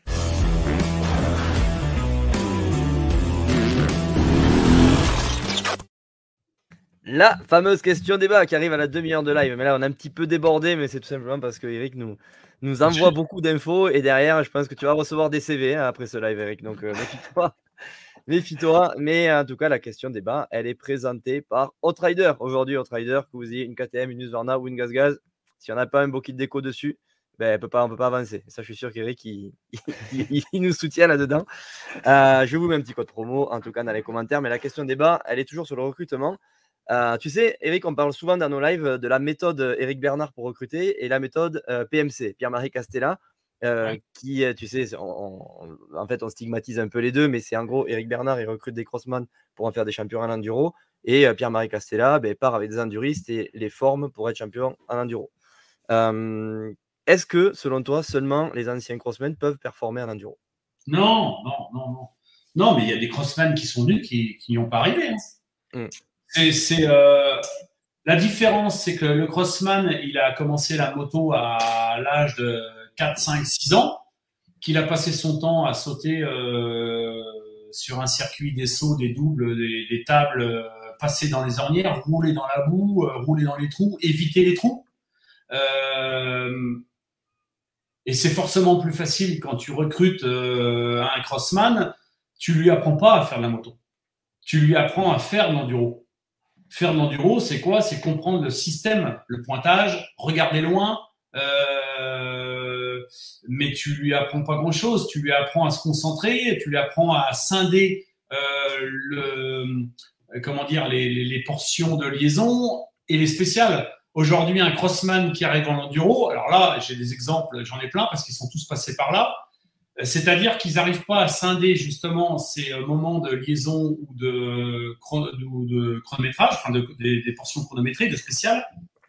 La fameuse question débat qui arrive à la demi-heure de live. Mais là, on a un petit peu débordé, mais c'est tout simplement parce que Eric nous, nous envoie beaucoup d'infos. Et derrière, je pense que tu vas recevoir des C V hein, après ce live, Eric. Donc, euh, méfie-toi. Méfie-toi. Mais en tout cas, la question débat, elle est présentée par Outrider. Aujourd'hui, Outrider, que vous ayez une K T M, une Husqvarna ou une GazGaz, s'il n'y en a pas un beau kit déco dessus, ben, on peut pas, on peut pas avancer. Ça, je suis sûr qu'Eric, il, il, il nous soutient là-dedans. Euh, je vous mets un petit code promo, en tout cas, dans les commentaires. Mais la question débat, elle est toujours sur le recrutement. Euh, tu sais, Eric, on parle souvent dans nos lives de la méthode Eric Bernard pour recruter et la méthode euh, P M C, Pierre-Marie Castella, euh, ouais. qui, tu sais, on, on, en fait, on stigmatise un peu les deux, mais c'est en gros, Eric Bernard, il recrute des crossman pour en faire des champions en enduro et euh, Pierre-Marie Castella ben, part avec des enduristes et les forme pour être champion en enduro. Euh, Est-ce que, selon toi, seulement les anciens crossmen peuvent performer en enduro? Non, non, non, non. Non, mais il y a des crossmen qui sont venus qui n'y ont pas arrivé. Hein. Mm. C'est, c'est, euh, la différence, c'est que le crossman, il a commencé la moto à l'âge de quatre, cinq, six ans, qu'il a passé son temps à sauter euh, sur un circuit des sauts, des doubles, des, des tables, euh, passer dans les ornières, rouler dans la boue, euh, rouler dans les trous, éviter les trous. Euh, et c'est forcément plus facile quand tu recrutes euh, un crossman, tu lui apprends pas à faire de la moto. Tu lui apprends à faire de l'enduro. Faire de l'enduro, c'est quoi? C'est comprendre le système, le pointage, regarder loin, euh, mais tu lui apprends pas grand-chose. Tu lui apprends à se concentrer, tu lui apprends à scinder euh, le, comment dire, les, les portions de liaison et les spéciales. Aujourd'hui, un crossman qui arrive en enduro, alors là, j'ai des exemples, j'en ai plein parce qu'ils sont tous passés par là. C'est-à-dire qu'ils n'arrivent pas à scinder justement ces moments de liaison ou de, ou de chronométrage, enfin de, des, des portions chronométrées, de spéciales.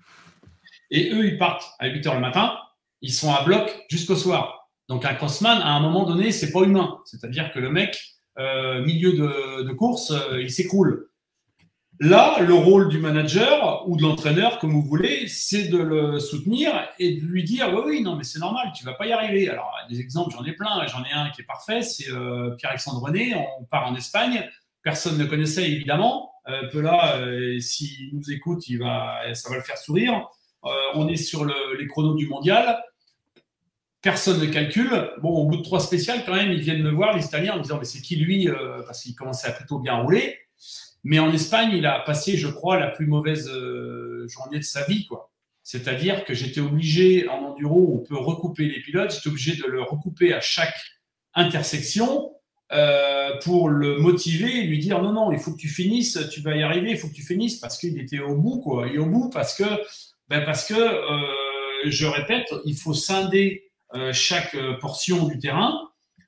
Et eux, ils partent à huit heures le matin, ils sont à bloc jusqu'au soir. Donc un crossman, à un moment donné, c'est pas humain. C'est-à-dire que le mec, euh, milieu de, de course, euh, il s'écroule. Là, le rôle du manager ou de l'entraîneur, comme vous voulez, c'est de le soutenir et de lui dire oui, oui, non, mais c'est normal, tu vas pas y arriver. Alors, des exemples, j'en ai plein. J'en ai un qui est parfait, c'est euh, Pierre-Alexandre René. On part en Espagne. Personne ne connaissait, évidemment. Euh, peu là, euh, s'il nous écoute, il va, ça va le faire sourire. Euh, on est sur le, les chronos du mondial. Personne ne calcule. Bon, au bout de trois spéciales, quand même, ils viennent me voir, les Italiens, en me disant mais c'est qui lui euh, parce qu'il commençait à plutôt bien rouler. Mais en Espagne, il a passé, je crois, la plus mauvaise euh, journée de sa vie, quoi. C'est-à-dire que j'étais obligé, en enduro, on peut recouper les pilotes, j'étais obligé de le recouper à chaque intersection euh, pour le motiver et lui dire non, non, il faut que tu finisses, tu vas y arriver, il faut que tu finisses parce qu'il était au bout, quoi. Il est au bout parce que, ben parce que, euh, je répète, il faut scinder euh, chaque portion du terrain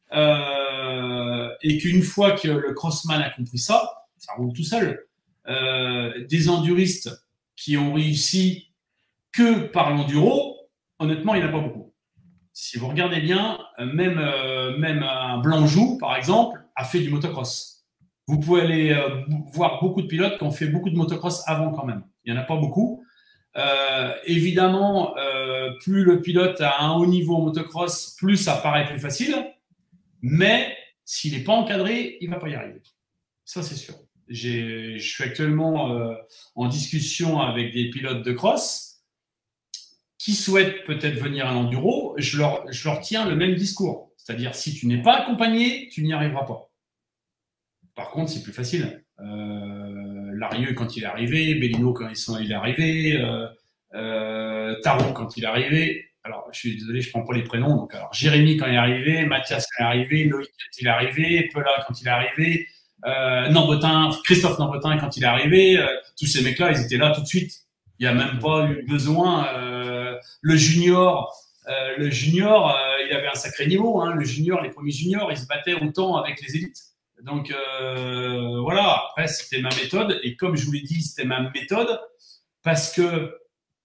euh, et qu'une fois que le crossman a compris ça, ça roule tout seul. Euh, des enduristes qui ont réussi que par l'enduro, honnêtement, il n'y en a pas beaucoup. Si vous regardez bien, même, euh, même un Blanjou, par exemple, a fait du motocross. Vous pouvez aller euh, voir beaucoup de pilotes qui ont fait beaucoup de motocross avant quand même. Il n'y en a pas beaucoup. Euh, évidemment, euh, plus le pilote a un haut niveau en motocross, plus ça paraît plus facile. Mais s'il n'est pas encadré, il ne va pas y arriver. Ça, c'est sûr. J'ai, je suis actuellement euh, en discussion avec des pilotes de cross qui souhaitent peut-être venir à l'enduro, je leur, je leur tiens le même discours. C'est-à-dire, si tu n'es pas accompagné, tu n'y arriveras pas. Par contre, c'est plus facile. Euh, Larieux, quand il est arrivé, Bellino, quand ils sont, il est arrivé, euh, euh, Tarot, quand il est arrivé. Alors, je suis désolé, je prends pas les prénoms. Donc, alors, Jérémy, quand il est arrivé, Mathias, quand il est arrivé, Loïc, quand il est arrivé, Pela, quand il est arrivé, euh, Nambotin, Christophe Nambotin, quand il est arrivé, euh, tous ces mecs-là, ils étaient là tout de suite. Il n'y a même pas eu besoin. Euh, le junior, euh, le junior, euh, il avait un sacré niveau. Hein. Le junior, les premiers juniors, ils se battaient autant avec les élites. Donc euh, voilà. Après, c'était ma méthode. Et comme je vous l'ai dit, c'était ma méthode parce que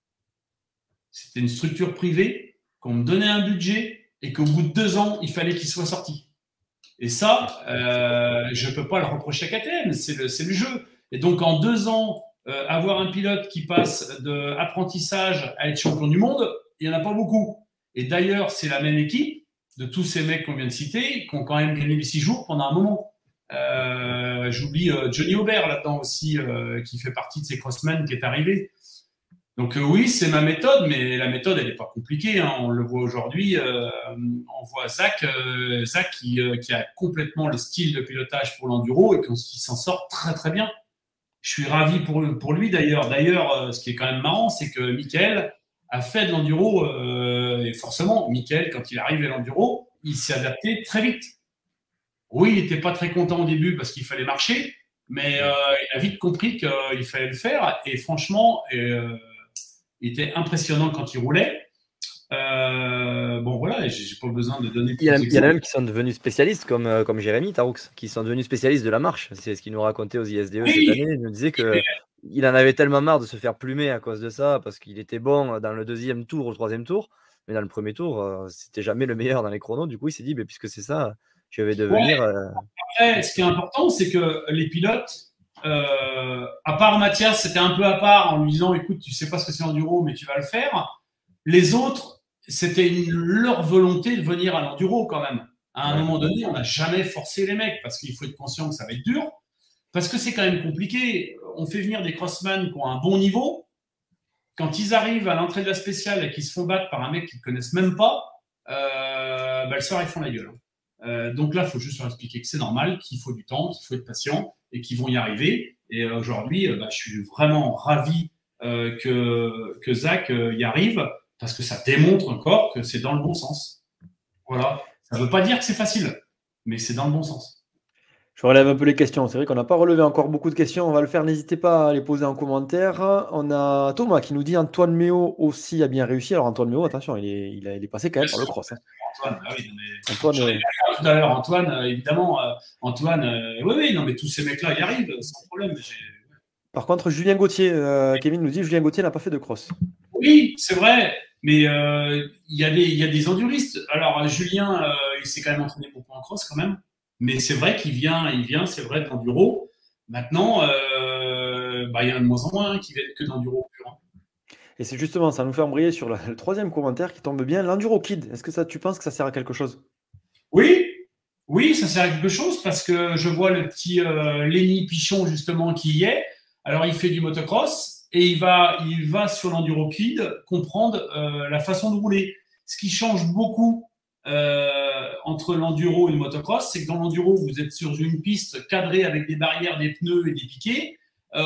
c'était une structure privée, qu'on me donnait un budget et qu'au bout de deux ans, il fallait qu'il soit sorti. Et ça, euh, je ne peux pas le reprocher à K T M. C'est le, c'est le jeu. Et donc en deux ans. Euh, avoir un pilote qui passe d'apprentissage à être champion du monde, il n'y en a pas beaucoup. Et d'ailleurs, c'est la même équipe de tous ces mecs qu'on vient de citer qui ont quand même gagné les six jours pendant un moment. Euh, J'oublie euh, Johnny Aubert là-dedans aussi, euh, qui fait partie de ces crossmen qui est arrivé. Donc euh, oui, c'est ma méthode, mais la méthode, elle n'est pas compliquée. Hein. On le voit aujourd'hui. Euh, on voit Zach, euh, Zach qui, euh, qui a complètement le style de pilotage pour l'enduro et qui s'en sort très très bien. Je suis ravi pour, pour lui d'ailleurs. D'ailleurs, ce qui est quand même marrant, c'est que Mickaël a fait de l'enduro euh, et forcément, Mickaël, quand il arrive à l'enduro, il s'est adapté très vite. Oui, il n'était pas très content au début parce qu'il fallait marcher, mais euh, il a vite compris qu'il fallait le faire et franchement, euh, il était impressionnant quand il roulait. Euh, bon voilà, j'ai pas besoin de donner. Il y, a, il y en a même qui sont devenus spécialistes, comme, euh, comme Jérémy Taroux, qui sont devenus spécialistes de la marche. C'est ce qu'il nous racontait aux I S D E oui. cette année. Il nous disait que il en avait tellement marre de se faire plumer à cause de ça, parce qu'il était bon dans le deuxième tour ou le troisième tour, mais dans le premier tour, euh, c'était jamais le meilleur dans les chronos. Du coup, il s'est dit, bah, puisque c'est ça, je vais devenir. Ouais. Euh... Après, ce qui est important, c'est que les pilotes, euh, à part Mathias, c'était un peu à part en lui disant, écoute, tu sais pas ce que c'est l'enduro, mais tu vas le faire. Les autres, c'était une, leur volonté de venir à l'enduro quand même. À un ouais. moment donné, on n'a jamais forcé les mecs parce qu'il faut être conscient que ça va être dur. Parce que c'est quand même compliqué. On fait venir des crossmen qui ont un bon niveau. Quand ils arrivent à l'entrée de la spéciale et qu'ils se font battre par un mec qu'ils ne connaissent même pas, euh, bah, le soir, ils font la gueule. Euh, donc là, il faut juste leur expliquer que c'est normal, qu'il faut du temps, qu'il faut être patient et qu'ils vont y arriver. Et euh, aujourd'hui, euh, bah, je suis vraiment ravi euh, que, que Zach euh, y arrive. Parce que ça démontre encore que c'est dans le bon sens. Voilà. Ça ne veut pas dire que c'est facile, mais c'est dans le bon sens. Je relève un peu les questions. C'est vrai qu'on n'a pas relevé encore beaucoup de questions. On va le faire. N'hésitez pas à les poser en commentaire. On a Thomas qui nous dit Antoine Méo aussi a bien réussi. Alors Antoine Méo, attention, il est, il, a, il est passé quand même par le cross. Hein. Antoine, ah oui, mais... Antoine, euh... tout à l'heure, Antoine, euh, évidemment, euh, Antoine, euh, oui, oui, non, mais tous ces mecs-là y arrivent sans problème. Par contre, Julien Gauthier, euh, Kevin nous dit Julien Gauthier n'a pas fait de cross. Oui, c'est vrai. Mais il euh, y, y a des enduristes. Alors, Julien, euh, il s'est quand même entraîné beaucoup en cross quand même. Mais c'est vrai qu'il vient, il vient, c'est vrai, de l'enduro. Maintenant, euh, bah, il y en a de moins en moins qui viennent que d'enduro pur. Et c'est justement, ça nous fait embrayer sur le, le troisième commentaire qui tombe bien, l'enduro kid. Est-ce que ça, tu penses que ça sert à quelque chose? Oui, oui, ça sert à quelque chose parce que je vois le petit euh, Lenny Pichon justement qui y est. Alors, il fait du motocross. Et il va, il va sur l'Enduro Kid comprendre euh, la façon de rouler. Ce qui change beaucoup euh, entre l'enduro et le motocross, c'est que dans l'enduro, vous êtes sur une piste cadrée avec des barrières, des pneus et des piquets. Euh,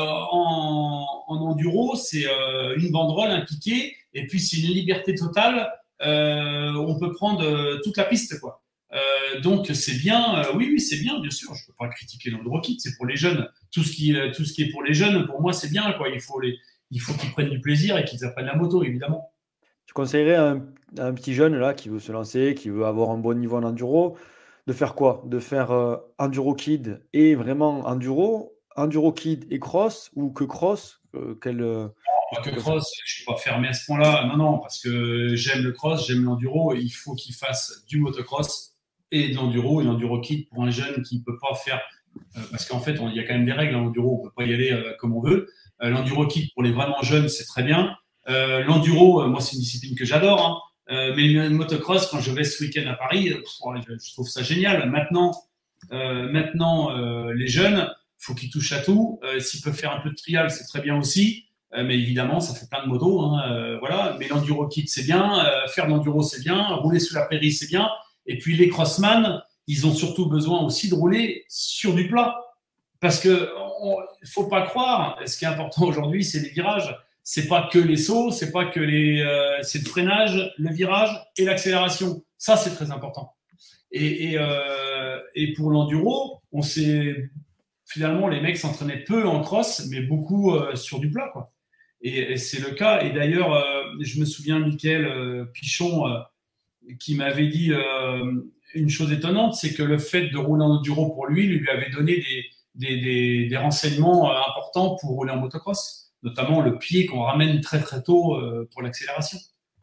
en, en enduro, c'est euh, une banderole, un piquet, et puis c'est une liberté totale. Euh, on peut prendre euh, toute la piste, quoi. Euh, donc c'est bien, euh, oui, oui, c'est bien, bien sûr. Je peux pas critiquer l'enduro kit, c'est pour les jeunes. Tout ce qui, tout ce qui est pour les jeunes, pour moi, c'est bien, quoi. Il faut les, il faut qu'ils prennent du plaisir et qu'ils apprennent la moto, évidemment. Tu conseillerais à un, à un petit jeune là qui veut se lancer, qui veut avoir un bon niveau en enduro, de faire quoi? De faire euh, enduro kid et vraiment enduro, enduro kid et cross, ou que cross? euh, quel, euh, non, que cross, je suis pas fermé à ce point-là. Non, non, parce que j'aime le cross, j'aime l'enduro. Il faut qu'il fasse du motocross et de l'enduro, et l'enduro kit pour un jeune qui ne peut pas faire, euh, parce qu'en fait, il y a quand même des règles en enduro, on ne peut pas y aller euh, comme on veut. Euh, l'enduro kit pour les vraiment jeunes, c'est très bien. Euh, l'enduro, euh, moi, c'est une discipline que j'adore, hein. euh, mais le motocross, quand je vais ce week-end à Paris, euh, je, je trouve ça génial. Maintenant, euh, maintenant euh, les jeunes, il faut qu'ils touchent à tout. Euh, s'ils peuvent faire un peu de trial, c'est très bien aussi. Euh, mais évidemment, ça fait plein de motos. Hein, euh, voilà. Mais l'enduro kit, c'est bien. Euh, faire de l'enduro, c'est bien. Rouler sous la prairie, c'est bien. Et puis les crossman, ils ont surtout besoin aussi de rouler sur du plat. Parce que il faut pas croire, ce qui est important aujourd'hui, c'est les virages. C'est pas que les sauts, c'est pas que les, euh, c'est le freinage, le virage et l'accélération. Ça, c'est très important. Et, et, euh, et pour l'enduro, on s'est finalement les mecs s'entraînaient peu en cross, mais beaucoup euh, sur du plat, quoi. Et, et c'est le cas. Et d'ailleurs, euh, je me souviens, Mickaël euh, Pichon, euh, qui m'avait dit euh, une chose étonnante, c'est que le fait de rouler en enduro pour lui, lui avait donné des Des, des, des renseignements euh, importants pour rouler en motocross, notamment le pied qu'on ramène très très tôt euh, pour l'accélération.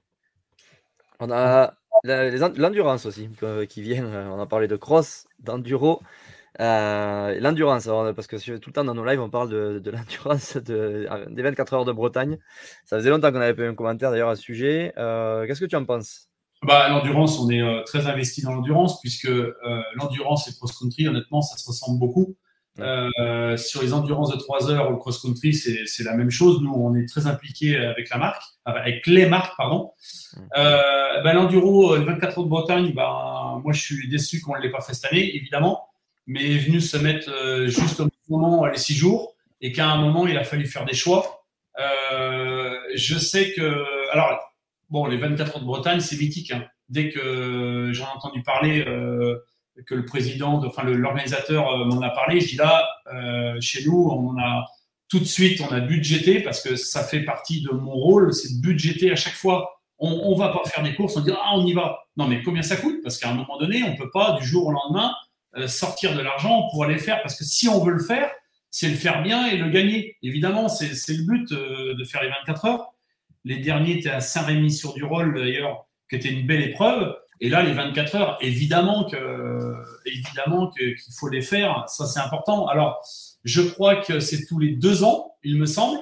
On a l'endurance aussi euh, qui vient, on a parlé de cross, d'enduro, euh, l'endurance, parce que tout le temps dans nos lives on parle de, de l'endurance de, des vingt-quatre heures de Bretagne. Ça faisait longtemps qu'on avait fait un commentaire d'ailleurs à ce sujet. Euh, Qu'est-ce que tu en penses? Bah, l'endurance, on est euh, très investi dans l'endurance, puisque euh, l'endurance et le cross-country, honnêtement, ça se ressemble beaucoup. Euh, sur les endurances de trois heures ou le cross-country, c'est la même chose. Nous, on est très impliqués avec la marque, avec les marques, pardon. Euh, ben, l'enduro, le vingt-quatre heures de Bretagne, ben, moi, je suis déçu qu'on ne l'ait pas fait cette année, évidemment, mais il est venu se mettre euh, juste au moment, les six jours, et qu'à un moment, il a fallu faire des choix. Euh, je sais que, alors, bon, les vingt-quatre heures de Bretagne, c'est mythique, hein. Dès que j'en ai entendu parler, euh, que le président, enfin l'organisateur euh, m'en a parlé, je dis là, euh, chez nous, on a tout de suite, on a budgété, parce que ça fait partie de mon rôle, c'est de budgéter à chaque fois. On, on va pas faire des courses, on dit ah on y va. Non mais combien ça coûte? Parce qu'à un moment donné, on peut pas du jour au lendemain euh, sortir de l'argent pour aller faire, parce que si on veut le faire, c'est le faire bien et le gagner. Évidemment, c'est le but euh, de faire les vingt-quatre heures. Les derniers étaient à Saint-Rémy-sur-du-Rhôle d'ailleurs, qui était une belle épreuve. Et là, les vingt-quatre heures, évidemment que, évidemment que, qu'il faut les faire. Ça, c'est important. Alors, je crois que c'est tous les deux ans, il me semble.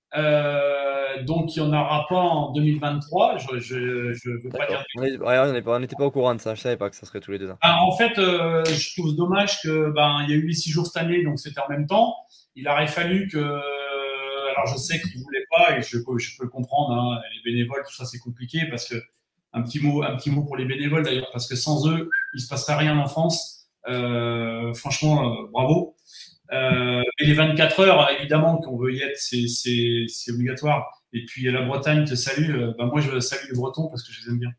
Euh, donc, il n'y en aura pas en deux mille vingt-trois. Je, je, je veux pas dire. On n'était pas, pas au courant de ça. Je savais pas que ça serait tous les deux ans. Ah, en fait, euh, je trouve dommage que, ben, il y a eu les six jours cette année, donc c'était en même temps. Il aurait fallu que, alors je sais qu'ils voulaient pas et je, je peux le comprendre, hein, les bénévoles, tout ça, c'est compliqué parce que Un petit mot, un petit mot pour les bénévoles d'ailleurs, parce que sans eux, il se passerait rien en France. Euh, franchement, euh, bravo. Euh, et les vingt-quatre heures, évidemment, qu'on veut y être, c'est obligatoire. Et puis la Bretagne te salue. Euh, ben moi, je salue les Bretons parce que je les aime bien.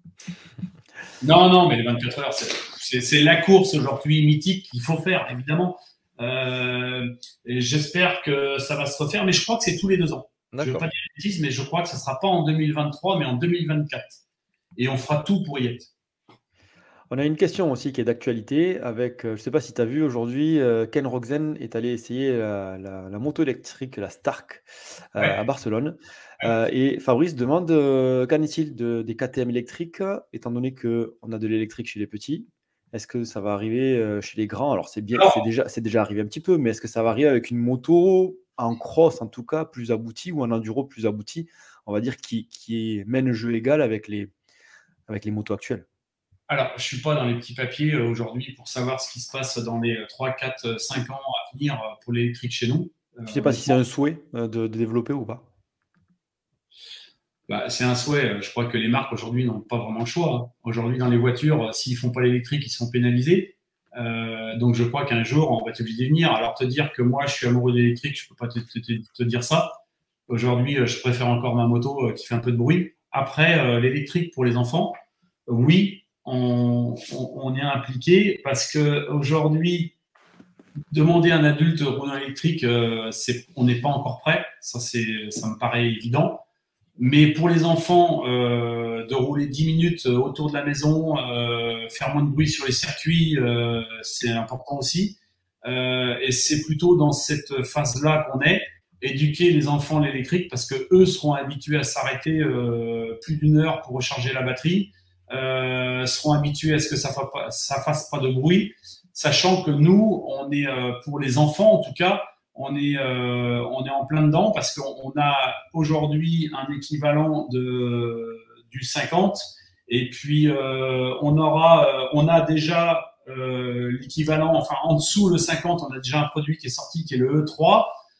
Non, non, mais les vingt-quatre heures, c'est la course aujourd'hui mythique qu'il faut faire, évidemment. Euh, et j'espère que ça va se refaire, mais je crois que c'est tous les deux ans. Je ne veux pas dire de bêtises, mais je crois que ça ne sera pas en deux mille vingt-trois, mais en deux mille vingt-quatre. Et on fera tout pour y être. On a une question aussi qui est d'actualité avec, je ne sais pas si tu as vu aujourd'hui, Ken Rogzen est allé essayer la, la, la moto électrique, la Stark, euh, ouais. à Barcelone. Ouais. Euh, et Fabrice demande, euh, qu'en est-il de, des K T M électriques, étant donné qu'on a de l'électrique chez les petits? Est-ce que ça va arriver chez les grands? Alors c'est bien, c'est déjà, c'est déjà arrivé un petit peu, mais est-ce que ça va arriver avec une moto en cross en tout cas plus aboutie ou en enduro plus aboutie, on va dire, qui, qui mène jeu égal avec les avec les motos actuelles? Alors, je ne suis pas dans les petits papiers euh, aujourd'hui pour savoir ce qui se passe dans les trois, quatre, cinq ans à venir euh, pour l'électrique chez nous. Euh, je ne sais pas si c'est un souhait euh, de, de développer ou pas. Bah, c'est un souhait. Je crois que les marques aujourd'hui n'ont pas vraiment le choix. Hein. Aujourd'hui, dans les voitures, s'ils ne font pas l'électrique, ils sont pénalisés. Euh, donc, je crois qu'un jour, on va être obligé de venir. Alors, te dire que moi, je suis amoureux d'électrique, je ne peux pas te, te, te, te dire ça. Aujourd'hui, je préfère encore ma moto qui fait un peu de bruit. Après, euh, l'électrique pour les enfants, oui, on, on, on est impliqué parce qu'aujourd'hui, demander à un adulte de rouler en électrique, euh, on n'est pas encore prêt. Ça, ça me paraît évident. Mais pour les enfants, euh, de rouler dix minutes autour de la maison, euh, faire moins de bruit sur les circuits, euh, c'est important aussi. Euh, et c'est plutôt dans cette phase-là qu'on est. Éduquer les enfants à l'électrique parce que eux seront habitués à s'arrêter euh, plus d'une heure pour recharger la batterie, euh, seront habitués à ce que ça fasse pas, ça fasse pas de bruit, sachant que nous, on est euh, pour les enfants en tout cas, on est euh, on est en plein dedans parce qu'on a aujourd'hui un équivalent de du cinquante et puis euh, on aura euh, on a déjà euh, l'équivalent, enfin en dessous le cinquante, on a déjà un produit qui est sorti qui est le E trois.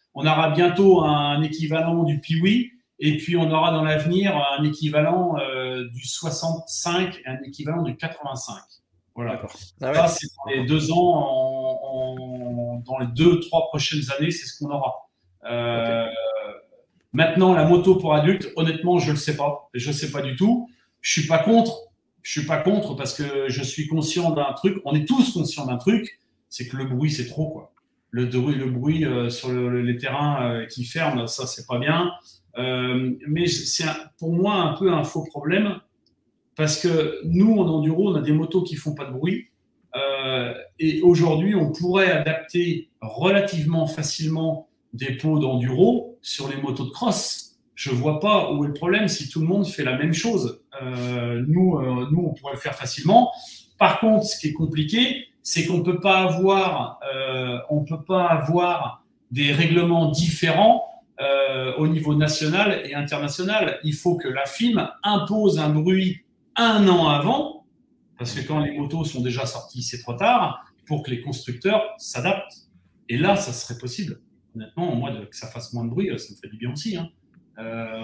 On aura bientôt un équivalent du Piwi, et puis on aura dans l'avenir un équivalent euh, du soixante-cinq et un équivalent du quatre-vingt-cinq. Voilà. Ah ouais. Ça, c'est dans les deux ans, en, en, dans les deux, trois prochaines années, c'est ce qu'on aura. Euh, okay. Maintenant, la moto pour adultes, honnêtement, je ne le sais pas. Je ne sais pas du tout. Je ne suis pas contre. Je suis pas contre parce que je suis conscient d'un truc. On est tous conscients d'un truc, c'est que le bruit, c'est trop, quoi. Le bruit, le bruit euh, sur le, les terrains euh, qui ferment, ça, c'est pas bien. Euh, mais c'est pour moi un peu un faux problème parce que nous, en enduro, on a des motos qui font pas de bruit. Euh, et aujourd'hui, on pourrait adapter relativement facilement des pots d'enduro sur les motos de cross. Je vois pas où est le problème si tout le monde fait la même chose. Euh, nous, euh, nous, on pourrait le faire facilement. Par contre, ce qui est compliqué, c'est qu'on peut pas avoir, euh, on peut pas avoir des règlements différents euh, au niveau national et international. Il faut que la F I M impose un bruit un an avant, parce que quand les motos sont déjà sorties, c'est trop tard, pour que les constructeurs s'adaptent. Et là, ça serait possible. Honnêtement, moi, que ça fasse moins de bruit, ça me fait du bien aussi. Hein. Euh,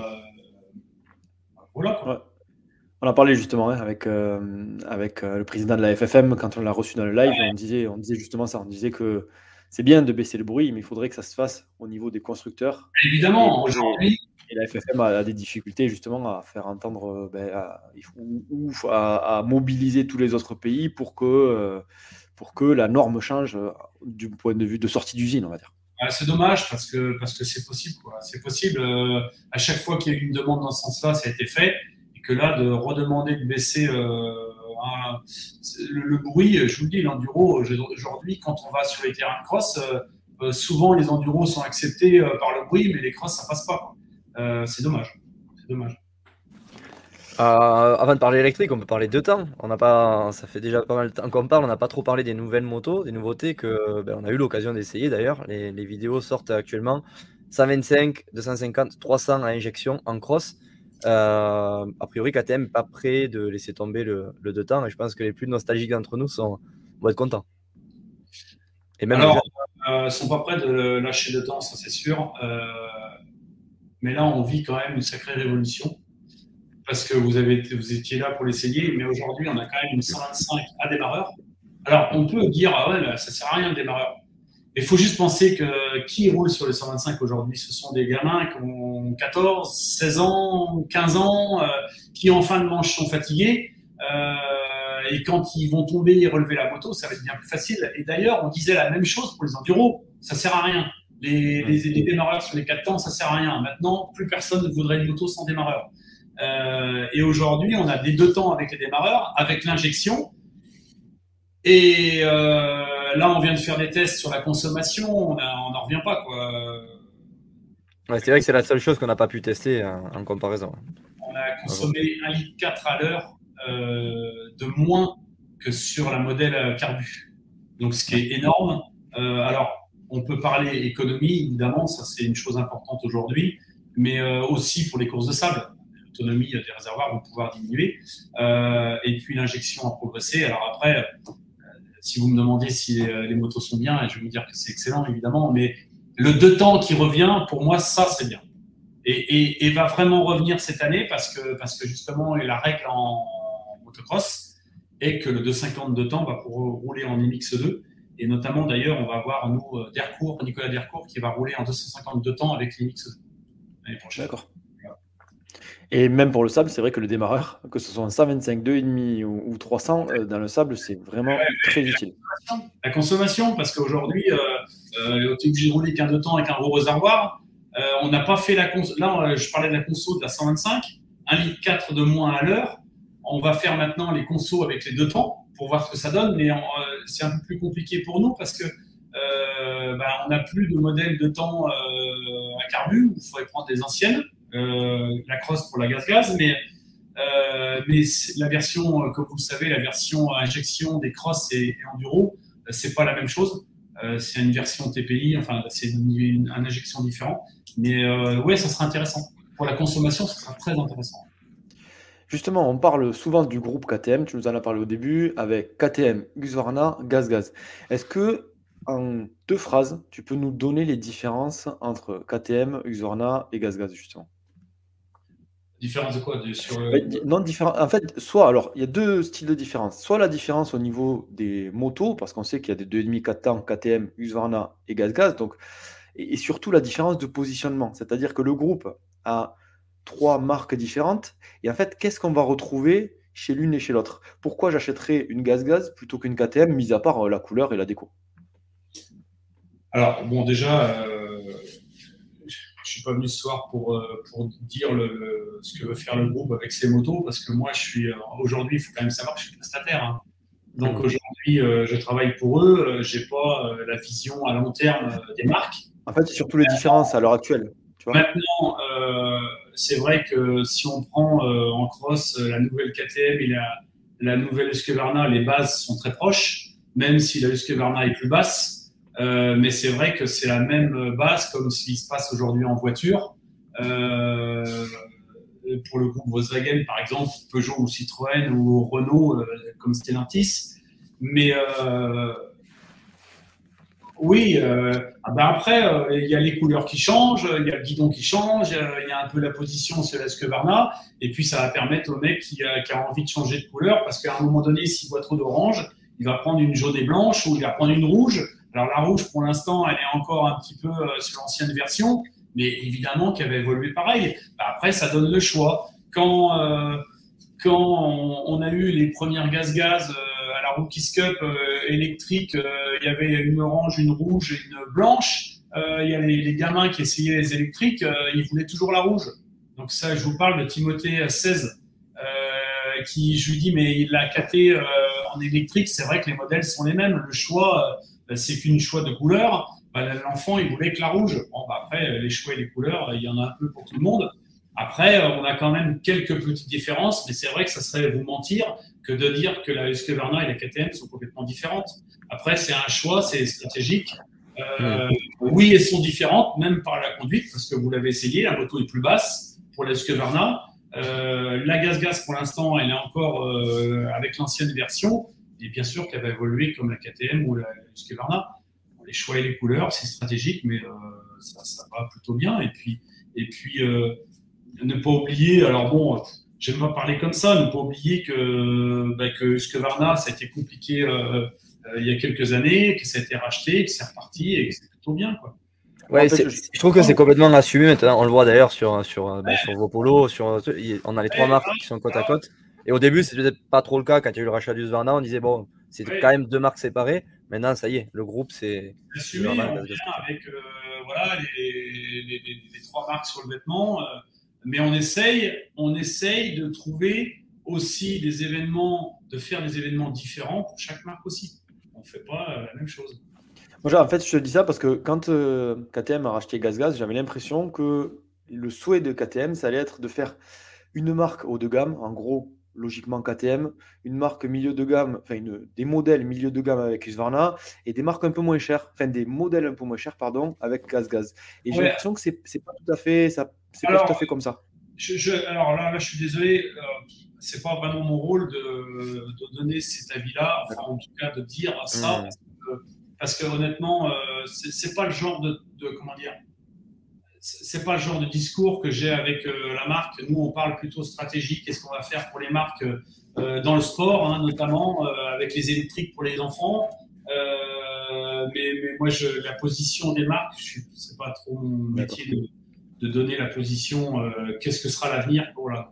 voilà. Quoi. Ouais. On a parlé justement hein, avec, euh, avec euh, le président de la F F M quand on l'a reçu dans le live. Ouais. On, disait, on disait justement ça. On disait que c'est bien de baisser le bruit, mais il faudrait que ça se fasse au niveau des constructeurs. Évidemment, aujourd'hui. Et la F F M a, a des difficultés justement à faire entendre, ben, à, ou, ou à, à mobiliser tous les autres pays pour que, euh, pour que la norme change euh, du point de vue de sortie d'usine, on va dire. Ouais, c'est dommage parce que parce que c'est possible. Quoi. C'est possible. Euh, à chaque fois qu'il y a eu une demande dans ce sens-là, ça a été fait. Et que là, de redemander de baisser euh, un, le, le bruit, je vous le dis, l'enduro, aujourd'hui, quand on va sur les terrains de cross, euh, souvent les enduros sont acceptés euh, par le bruit, mais les cross, ça passe pas. Quoi. Euh, c'est dommage. C'est dommage. Euh, avant de parler électrique, on peut parler de temps. On n'a pas, ça fait déjà pas mal de temps qu'on parle. On n'a pas trop parlé des nouvelles motos, des nouveautés que ben, on a eu l'occasion d'essayer d'ailleurs. Les, les vidéos sortent actuellement. cent vingt-cinq, deux cent cinquante, trois cents à injection en cross. Euh, a priori, K T M n'est pas prêt de laisser tomber le, le deux temps. Et je pense que les plus nostalgiques d'entre nous sont, vont être contents. Et même Alors, ils ne euh, sont pas prêts de lâcher deux temps, ça c'est sûr. Euh, mais là, on vit quand même une sacrée révolution. Parce que vous, avez, vous étiez là pour l'essayer, mais aujourd'hui, on a quand même une cent vingt-cinq à démarreur. Alors, on peut dire, ah ouais, là, ça ne sert à rien le démarreur. Il faut juste penser que qui roule sur les cent vingt-cinq aujourd'hui? Ce sont des gamins qui ont quatorze, seize ans, quinze ans, euh, qui en fin de manche sont fatigués. Euh, et quand ils vont tomber et relever la moto, ça va être bien plus facile. Et d'ailleurs, on disait la même chose pour les enduros. Ça ne sert à rien. Les, les, les démarreurs sur les quatre temps, ça ne sert à rien. Maintenant, plus personne ne voudrait une moto sans démarreur. Euh, et aujourd'hui, on a des deux temps avec les démarreurs, avec l'injection. Et euh, là, on vient de faire des tests sur la consommation. On n'en revient pas, quoi. Ouais, c'est vrai que c'est la seule chose qu'on n'a pas pu tester en, en comparaison. On a consommé un litre quatre à l'heure euh, de moins que sur la modèle carbu. Donc, ce qui est énorme. Euh, alors, on peut parler économie, évidemment, ça c'est une chose importante aujourd'hui, mais euh, aussi pour les courses de sable. L'autonomie des réservoirs vont pouvoir diminuer. Euh, et puis l'injection a progressé. Alors après, euh, si vous me demandez si les, les motos sont bien, je vais vous dire que c'est excellent, évidemment, mais le deux temps qui revient, pour moi, ça, c'est bien. Et, et, et va vraiment revenir cette année parce que, parce que justement, la règle en, en motocross est que le deux cinquante deux temps va pour rouler en M X deux. Et notamment, d'ailleurs, on va voir, nous, Dercourt, Nicolas Dercourt, qui va rouler en deux cent cinquante-deux temps avec l'M X deux l'année prochaine. D'accord. Et même pour le sable, c'est vrai que le démarreur, que ce soit un cent vingt-cinq, deux virgule cinq ou, ou trois cents, euh, dans le sable, c'est vraiment ouais, très la utile. Consommation, la consommation, parce qu'aujourd'hui, euh, euh, tu es obligé de rouler qu'un deux temps avec un gros réservoir. Euh, on n'a pas fait la conso. Là, je parlais de la conso de la cent vingt-cinq, un litre quatre de moins à l'heure. On va faire maintenant les consos avec les deux temps pour voir ce que ça donne, mais euh, c'est un peu plus compliqué pour nous parce que euh, bah, on n'a plus de modèle de temps euh, à carbu. Il faudrait prendre des anciennes. Euh, la cross pour la gaz-gaz, mais, euh, mais la version, euh, comme vous le savez, la version injection des cross et, et enduro, euh, c'est pas la même chose. Euh, c'est une version T P I, enfin, c'est une, une, une injection différente. Mais euh, ouais, ça sera intéressant. Pour la consommation, ça sera très intéressant. Justement, on parle souvent du groupe K T M, tu nous en as parlé au début, avec K T M, Husqvarna, Gaz Gaz. Est-ce que en deux phrases, tu peux nous donner les différences entre K T M, Husqvarna et GazGaz, justement? Différence de quoi? De, sur le... Bah, non, différent. En fait, soit, alors, il y a deux styles de différence. Soit la différence au niveau des motos, parce qu'on sait qu'il y a des deux virgule cinq quatre temps, K T M, Husqvarna et GazGaz, donc, et, et surtout la différence de positionnement. C'est-à-dire que le groupe a trois marques différentes, et en fait, qu'est-ce qu'on va retrouver chez l'une et chez l'autre? Pourquoi j'achèterais une GazGaz plutôt qu'une K T M, mis à part euh, la couleur et la déco? Alors, bon, déjà, euh, je suis pas venu ce soir pour, euh, pour dire le, le, ce que veut faire le groupe avec ses motos, parce que moi, je suis, euh, aujourd'hui, il faut quand même savoir que je suis prestataire. Hein. Donc, mmh. aujourd'hui, euh, je travaille pour eux, euh, j'ai pas euh, la vision à long terme euh, des marques. En fait, c'est surtout les différences à l'heure actuelle. Tu vois, maintenant, euh, c'est vrai que si on prend euh, en cross la nouvelle K T M et la, la nouvelle Husqvarna, les bases sont très proches, même si la Husqvarna est plus basse. Euh, mais c'est vrai que c'est la même base comme ce qui se passe aujourd'hui en voiture. Euh, pour le groupe Volkswagen, par exemple, Peugeot ou Citroën ou Renault, euh, comme Stellantis. Mais euh, oui, euh, ben après, il euh, y a les couleurs qui changent, il y a le guidon qui change, il y, y a un peu la position sur la Husqvarna, et puis ça va permettre au mec qui a, qui a envie de changer de couleur, parce qu'à un moment donné, s'il voit trop d'orange, il va prendre une jaune et blanche ou il va prendre une rouge. Alors la rouge, pour l'instant, elle est encore un petit peu euh, sur l'ancienne version, mais évidemment qu'elle va évoluer pareil. Bah, après, ça donne le choix. Quand, euh, quand on, on a eu les premières GazGaz euh, à la Rookies Cup euh, électrique, euh, il y avait une orange, une rouge et une blanche. Euh, il y a les, les gamins qui essayaient les électriques, euh, ils voulaient toujours la rouge. Donc ça, je vous parle de Timothée seize, euh, qui, je lui dis, mais il l'a K T euh, en électrique, c'est vrai que les modèles sont les mêmes. Le choix... Euh, c'est qu'une choix de couleur. Bah, l'enfant, il voulait que la rouge. Bon, bah, après, les choix et les couleurs, il y en a un peu pour tout le monde. Après, on a quand même quelques petites différences, mais c'est vrai que ça serait vous mentir que de dire que la Husqvarna et la K T M sont complètement différentes. Après, c'est un choix, c'est stratégique. Euh, oui, elles sont différentes, même par la conduite, parce que vous l'avez essayé, la moto est plus basse pour la Husqvarna. Euh, la GazGaz, pour l'instant, elle est encore euh, avec l'ancienne version. Et bien sûr qu'elle va évoluer comme la K T M ou la Husqvarna. Les choix et les couleurs, c'est stratégique, mais euh, ça, ça va plutôt bien. Et puis, et puis euh, ne pas oublier, alors bon, j'aime pas parler comme ça, ne pas oublier que, bah, que Husqvarna, ça a été compliqué euh, euh, il y a quelques années, que ça a été racheté, que c'est reparti et que c'est plutôt bien, quoi. Ouais, en fait, je, je trouve que c'est complètement assumé maintenant. On le voit d'ailleurs sur, sur, ouais. bah, sur vos polos. Sur, on a les trois ouais, marques ouais, qui sont côte à côte. Et au début, c'était peut-être pas trop le cas. Quand il y a eu le rachat du Husqvarna, on disait, bon, c'est ouais. quand même deux marques séparées. Maintenant, ça y est, le groupe, c'est. Assumé, on vient avec euh, voilà, les, les, les, les trois marques sur le vêtement. Euh, mais on essaye, on essaye de trouver aussi des événements, de faire des événements différents pour chaque marque aussi. On ne fait pas euh, la même chose. Moi, en fait, je te dis ça parce que quand euh, K T M a racheté GazGaz, j'avais l'impression que le souhait de K T M, ça allait être de faire une marque haut de gamme, en gros, logiquement K T M, une marque milieu de gamme, enfin une, des modèles milieu de gamme avec Husqvarna et des marques un peu moins chères, enfin des modèles un peu moins chers, pardon, avec GazGaz. Et j'ai ouais. l'impression que c'est c'est pas tout à fait, ça, c'est pas tout à fait comme ça. Je, je, alors là, là, je suis désolé, euh, c'est pas vraiment mon rôle de, de donner cet avis-là, enfin en tout cas de dire ça, mmh. parce, que, parce que honnêtement, euh, c'est, c'est pas le genre de, de comment dire. C'est pas le genre de discours que j'ai avec euh, la marque. Nous, on parle plutôt stratégique. Qu'est-ce qu'on va faire pour les marques euh, dans le sport, hein, notamment euh, avec les électriques pour les enfants. Euh, mais, mais moi, je, la position des marques, c'est pas trop mon métier de, de donner la position. Euh, qu'est-ce que sera l'avenir pour la.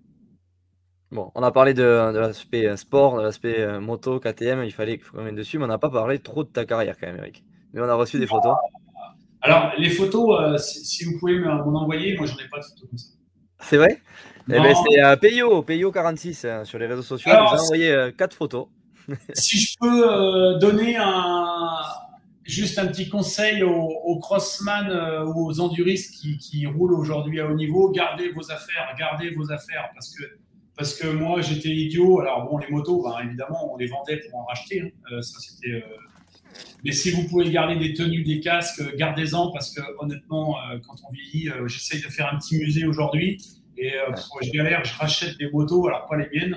Bon, on a parlé de, de l'aspect sport, de l'aspect moto, K T M. Il fallait qu'on vienne dessus, mais on n'a pas parlé trop de ta carrière quand même, Eric. Mais on a reçu des photos. Alors, les photos, euh, si, si vous pouvez m'en envoyer, moi, j'en ai pas de photos comme ça. C'est vrai? Eh ben, c'est euh, Peyo, Peyo quarante-six euh, sur les réseaux sociaux. Alors, vous a envoyé euh, quatre photos. Si je peux euh, donner un, juste un petit conseil aux, aux crossman euh, ou aux enduristes qui, qui roulent aujourd'hui à haut niveau, gardez vos affaires, gardez vos affaires. Parce que, parce que moi, j'étais idiot. Alors, bon, les motos, ben, évidemment, on les vendait pour en racheter. Hein. Euh, ça, c'était. Euh, Mais si vous pouvez garder des tenues, des casques, gardez-en parce que honnêtement, euh, quand on vieillit, euh, j'essaye de faire un petit musée aujourd'hui et euh, pour, je galère, je rachète des motos, alors pas les miennes,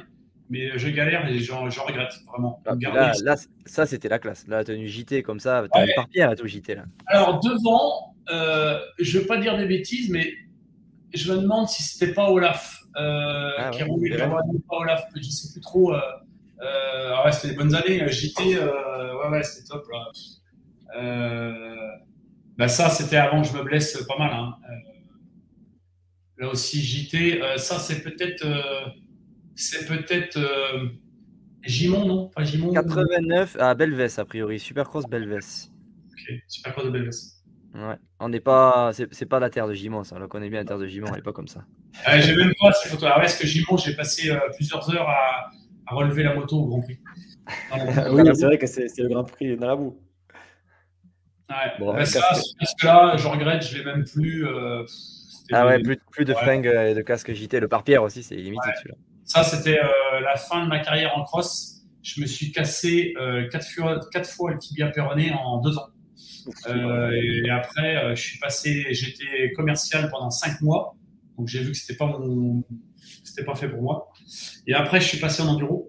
mais je galère et j'en regrette vraiment. Ah, là, là, ça, c'était la classe. Là, tenue J T comme ça, t'as ouais. une par-pierre à tout J T là. Alors devant, euh, je veux pas dire des bêtises, mais je me demande si c'était pas Olaf euh, ah, qui ouais, roulait le pas Olaf, je sais plus trop. Euh, euh, ah ouais, c'était des bonnes années. J T, euh, ouais, ouais, c'était top là. Euh, bah ça, c'était avant que je me blesse pas mal. Hein. Euh, là aussi, J T, euh, ça c'est peut-être, euh, c'est peut-être euh, Gimont, non? Pas Gimont. quatre-vingt-neuf à Belvès a priori, Supercross Belvès. Ok, Supercross de Belvès. Ouais, on n'est pas, c'est pas la terre de Gimont, ça. On la connaît bien la terre de Gimont, elle n'est pas comme ça. Euh, j'ai même pas ces photos. Alors, est-ce que Gimont, j'ai passé euh, plusieurs heures à, à relever la moto au Grand Prix. Oui, c'est vrai que c'est le Grand Prix dans la boue. Ouais. Bon, bah, ça, parce que là, je regrette, je l'ai même plus. Euh, ah ouais, plus, plus de ouais. fringues et de casque J T. Le pare-pierre aussi, c'est limité ouais. celui-là. Ça, c'était euh, la fin de ma carrière en cross. Je me suis cassé euh, quatre, fois, quatre fois le tibia péroné en deux ans. Euh, et après, euh, je suis passé, j'étais commercial pendant cinq mois, donc j'ai vu que c'était pas mon, c'était pas fait pour moi. Et après, je suis passé en enduro.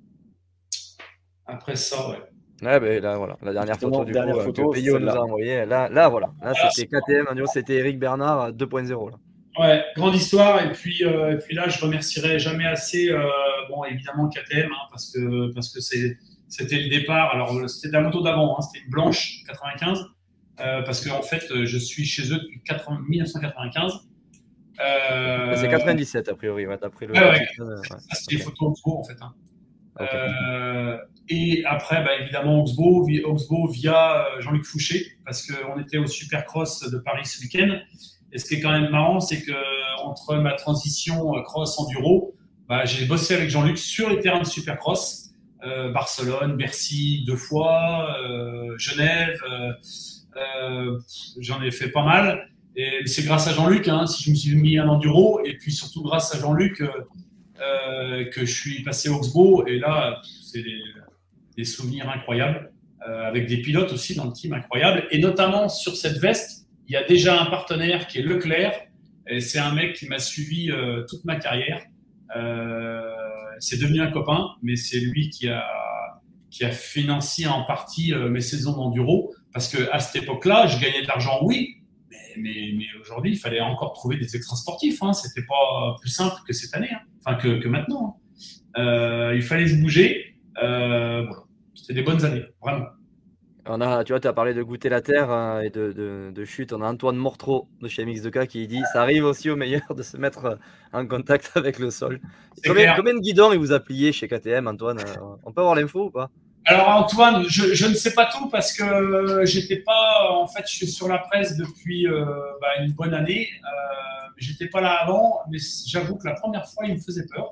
Après ça, ouais. Ouais, ben là, voilà, la dernière photo du dernière coup, photo, que Peyo nous a envoyé. Là, là, voilà, là, voilà, c'était K T M enduro, c'était Eric Bernard deux point zéro là. Ouais, grande histoire. Et puis, euh, et puis là, je remercierai jamais assez, euh, bon, évidemment K T M, hein, parce que parce que c'est c'était le départ. Alors, c'était la moto d'avant, hein, c'était une blanche quatre-vingt-quinze, euh, parce que en fait, je suis chez eux depuis mille neuf cent quatre-vingt-quinze. Euh... C'est quatre-vingt-dix-sept a priori, ouais, d'après le. Ouais, ouais. Ouais. Ça, c'était les photos Oxbow en fait. Hein. Okay. Euh, et après, bah, évidemment, Oxbow, via, Oxbow via Jean-Luc Fouché, parce qu'on était au Supercross de Paris ce week-end. Et ce qui est quand même marrant, c'est que entre ma transition cross-enduro, bah, j'ai bossé avec Jean-Luc sur les terrains de Supercross. Euh, Barcelone, Bercy deux fois, euh, Genève, euh, euh, j'en ai fait pas mal. Et c'est grâce à Jean-Luc, hein, si je me suis mis un enduro, et puis surtout grâce à Jean-Luc euh, euh, que je suis passé au Oxbow. Et là, c'est des, des souvenirs incroyables, euh, avec des pilotes aussi dans le team incroyables. Et notamment sur cette veste, il y a déjà un partenaire qui est Leclerc, et c'est un mec qui m'a suivi euh, toute ma carrière. Euh, c'est devenu un copain, mais c'est lui qui a, qui a financé en partie euh, mes saisons d'enduro, parce qu'à cette époque-là, je gagnais de l'argent, oui, mais, mais, mais aujourd'hui, il fallait encore trouver des extras sportifs. Hein. C'était pas plus simple que cette année, hein. Enfin que, que maintenant. Hein. Euh, il fallait se bouger. Euh, voilà. C'était des bonnes années, vraiment. On a, tu vois, tu as parlé de goûter la terre hein, et de, de, de chute. On a Antoine Mortreau de chez M X deux K qui dit ça arrive aussi aux meilleurs de se mettre en contact avec le sol. Combien, combien de guidons il vous a plié chez K T M, Antoine? On peut avoir l'info ou pas? Alors Antoine, je, je ne sais pas tout parce que j'étais pas, en fait, je suis sur la presse depuis euh, bah, une bonne année. Euh, j'étais pas là avant, mais j'avoue que la première fois, il me faisait peur.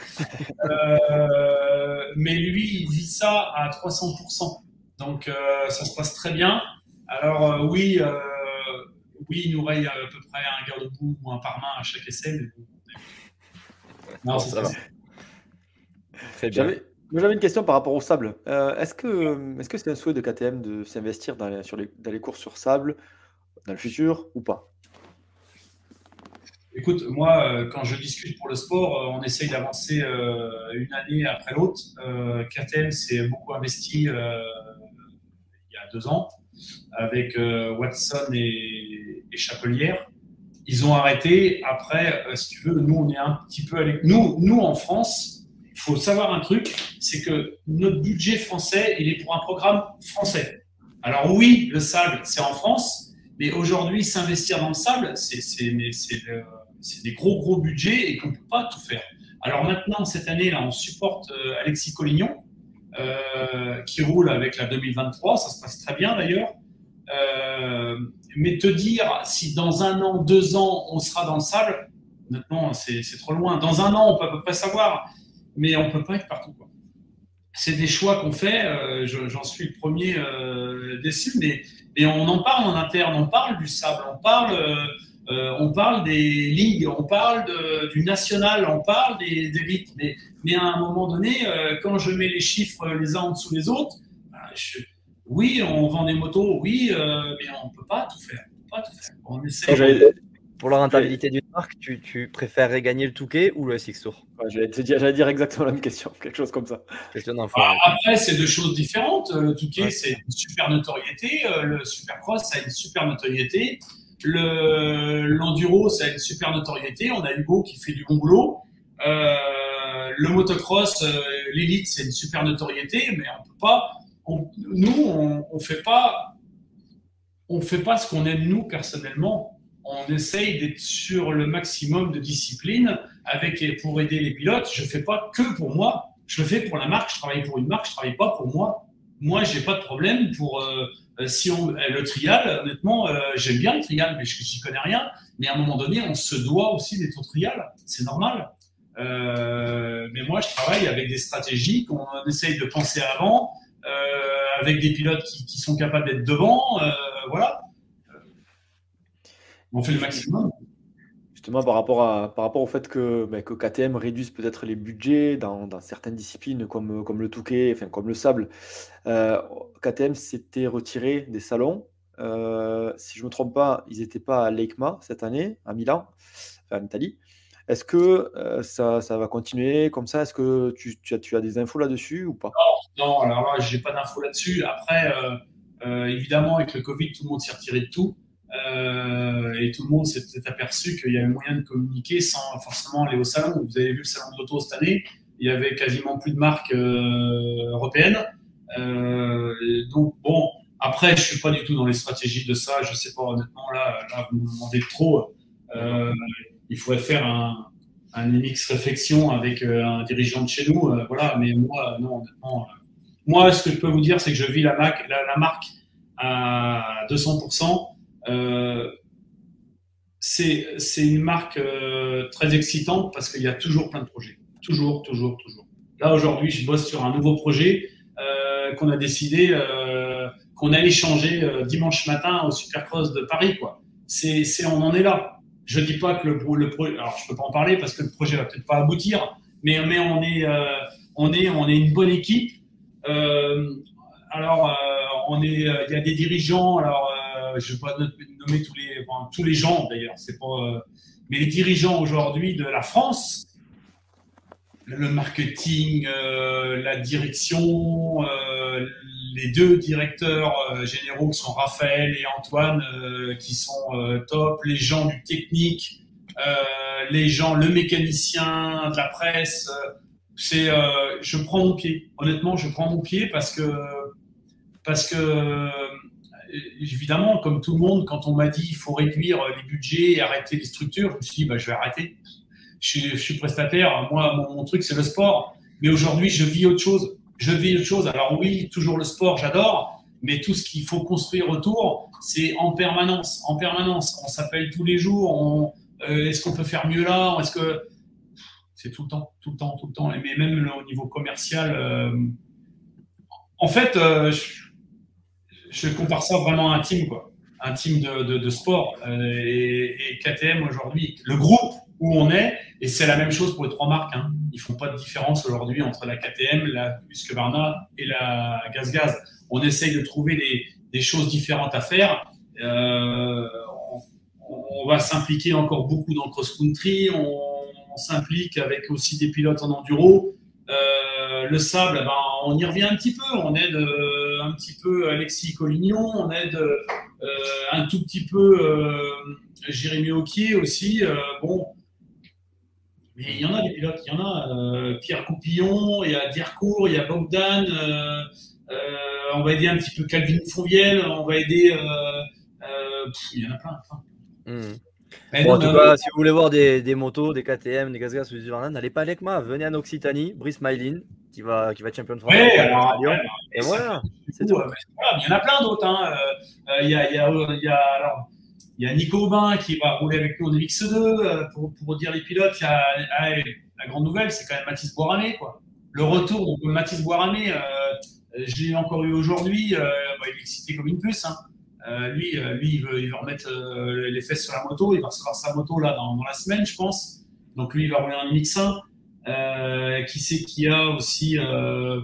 euh, mais lui, il vit ça à trois cents pour cent. Donc, euh, ça se passe très bien. Alors, euh, oui, euh, oui, il nous raye à peu près un garde-boue ou un pare-main à chaque essai. Mais bon, non, c'est ça. Très bien. J'avais une question par rapport au sable. Euh, Est-ce que est-ce que c'est un souhait de K T M de s'investir dans les, sur les, dans les courses sur sable dans le futur ou pas? Écoute, moi, quand je discute pour le sport, on essaye d'avancer euh, une année après l'autre. Euh, K T M s'est beaucoup investi euh, il y a deux ans avec euh, Watson et, et Chapelière. Ils ont arrêté. Après, euh, si tu veux, nous, on est un petit peu avec nous. Nous, en France, il faut savoir un truc, c'est que notre budget français, il est pour un programme français. Alors oui, le sable, c'est en France, mais aujourd'hui, s'investir dans le sable, c'est des gros, gros budgets et qu'on ne peut pas tout faire. Alors maintenant, cette année-là, on supporte euh, Alexis Collignon, euh, qui roule avec la deux mille vingt-trois, ça se passe très bien d'ailleurs. Euh, mais te dire si dans un an, deux ans, on sera dans le sable, maintenant, c'est trop loin. Dans un an, on peut à peu près savoir, mais on ne peut pas être partout, quoi. C'est des choix qu'on fait, euh, j'en suis le premier euh, déçu, mais, mais on en parle en interne, on parle du sable, on parle, euh, on parle des ligues, on parle de, du national, on parle des, des élites, mais, mais à un moment donné, euh, quand je mets les chiffres les uns en dessous des autres, bah, je, oui, on vend des motos, oui, euh, mais on ne peut pas tout faire. On peut pas tout faire. On essaie de... Pour la rentabilité d'une Marc, tu, tu préférerais gagner le Touquet ou le S X Tour? Ouais, J'allais te dire, j'allais dire exactement la même question, quelque chose comme ça. Question d'info. Bah, après, c'est deux choses différentes. Le Touquet, ouais. c'est une super notoriété. Le Supercross, ça a une super notoriété. Le, l'enduro, ça a une super notoriété. On a Hugo qui fait du bon boulot. Euh, le motocross, euh, l'élite, c'est une super notoriété, mais on peut pas. On, nous, on, on fait pas. On fait pas ce qu'on aime nous personnellement. On essaye d'être sur le maximum de discipline avec pour aider les pilotes. Je fais pas que pour moi. Je le fais pour la marque. Je travaille pour une marque. Je travaille pas pour moi. Moi, j'ai pas de problème pour euh, si on le trial. Honnêtement, euh, j'aime bien le trial, mais je j'y connais rien. Mais à un moment donné, on se doit aussi d'être au trial. C'est normal. Euh, mais moi, je travaille avec des stratégies qu'on essaye de penser avant, euh, avec des pilotes qui, qui sont capables d'être devant. Euh, voilà. On fait le maximum. Justement, par rapport, à, par rapport au fait que, ben, que K T M réduise peut-être les budgets dans, dans certaines disciplines comme, comme le Touquet, enfin, comme le sable, euh, K T M s'était retiré des salons. Euh, si je ne me trompe pas, ils n'étaient pas à l'EICMA cette année, à Milan, enfin, en Italie. Est-ce que euh, ça, ça va continuer comme ça? Est-ce que tu, tu, as, tu as des infos là-dessus ou pas? Non, non, alors là, je n'ai pas d'infos là-dessus. Après, euh, euh, évidemment, avec le Covid, tout le monde s'est retiré de tout. Euh, et tout le monde s'est peut-être aperçu qu'il y avait moyen de communiquer sans forcément aller au salon. Vous avez vu le salon de l'auto cette année, il y avait quasiment plus de marques euh, européennes. Euh, donc bon, après je suis pas du tout dans les stratégies de ça. Je sais pas honnêtement là, là vous me demandez trop. Euh, il faudrait faire un, un M X réflexion avec euh, un dirigeant de chez nous. Euh, voilà, mais moi non honnêtement. Euh, moi, ce que je peux vous dire, c'est que je vis la marque, la, la marque à deux cents pour cent. Euh, c'est, c'est une marque euh, très excitante parce qu'il y a toujours plein de projets. Toujours, toujours, toujours. Là, aujourd'hui, je bosse sur un nouveau projet euh, qu'on a décidé, euh, qu'on allait changer euh, dimanche matin au Supercross de Paris, quoi. C'est, c'est, on en est là. Je dis pas que le, le projet, alors je peux pas en parler parce que le projet va peut-être pas aboutir, mais, mais on est, euh, on est, on est une bonne équipe. Euh, alors, euh, on est, il y a des dirigeants, alors, je ne vais pas nommer tous les, enfin, tous les gens d'ailleurs, c'est pas, euh, mais les dirigeants aujourd'hui de la France, le marketing, euh, la direction, euh, les deux directeurs euh, généraux qui sont Raphaël et Antoine, euh, qui sont euh, top, les gens du technique, euh, les gens, le mécanicien de la presse, euh, c'est, euh, je prends mon pied. Honnêtement, je prends mon pied parce que, parce que évidemment, comme tout le monde, quand on m'a dit il faut réduire les budgets et arrêter les structures, je me suis dit bah, je vais arrêter. Je suis, je suis prestataire, moi mon, mon truc c'est le sport, mais aujourd'hui je vis autre chose. Je vis autre chose. Alors oui, toujours le sport, j'adore, mais tout ce qu'il faut construire autour, c'est en permanence, en permanence. On s'appelle tous les jours. On, euh, est-ce qu'on peut faire mieux là? Est-ce que c'est tout le temps, tout le temps, tout le temps. Mais même au niveau commercial, euh... en fait. Euh, je, Je compare ça vraiment à un team, quoi. Un team de, de, de sport. Euh, et, et K T M aujourd'hui, le groupe où on est, et c'est la même chose pour les trois marques. Hein. Ils font pas de différence aujourd'hui entre la K T M, la Husqvarna et la GazGaz. On essaye de trouver des, des choses différentes à faire. Euh, on, on va s'impliquer encore beaucoup dans le cross-country. On, on s'implique avec aussi des pilotes en enduro. Euh, le sable, ben, on y revient un petit peu. On aide euh, un petit peu Alexis Collignon, on aide euh, un tout petit peu euh, Jérémy Auquier aussi. Euh, bon, mais il y en a des pilotes, il y en a. Euh, Pierre Coupillon, il y a Dircourt, il y a Bogdan. Euh, euh, on va aider un petit peu Calvin Fonvielle. On va aider. Euh, euh, pff, il y en a plein. plein. Mmh. Bon, en tout cas, si vous voulez voir des, des motos, des K T M, des GazGaz ou des Husqvarna, n'allez pas à l'EICMA, venez en Occitanie, Brice Mailin, qui va, qui va être champion de France. Ouais, alors, alors, et voilà, c'est tout. tout. Euh, voilà, il y en a plein d'autres. Hein. Euh, il, y a, il, y a, il, y a, alors, il y a Nico Aubin qui va rouler avec nous en X deux. Euh, pour, pour dire les pilotes, il y a, ah, la grande nouvelle, c'est quand même Mathis Boiramé, quoi. Le retour de Mathis Boiramé, euh, je l'ai encore eu aujourd'hui. Euh, bah, il est excité comme une puce. Hein. Euh, lui, euh, lui il, veut, il veut remettre euh, les fesses sur la moto. Il va recevoir sa moto là dans, dans la semaine, je pense. Donc lui, il va rouler un M X un. Euh, qui c'est qu'il y a aussi euh,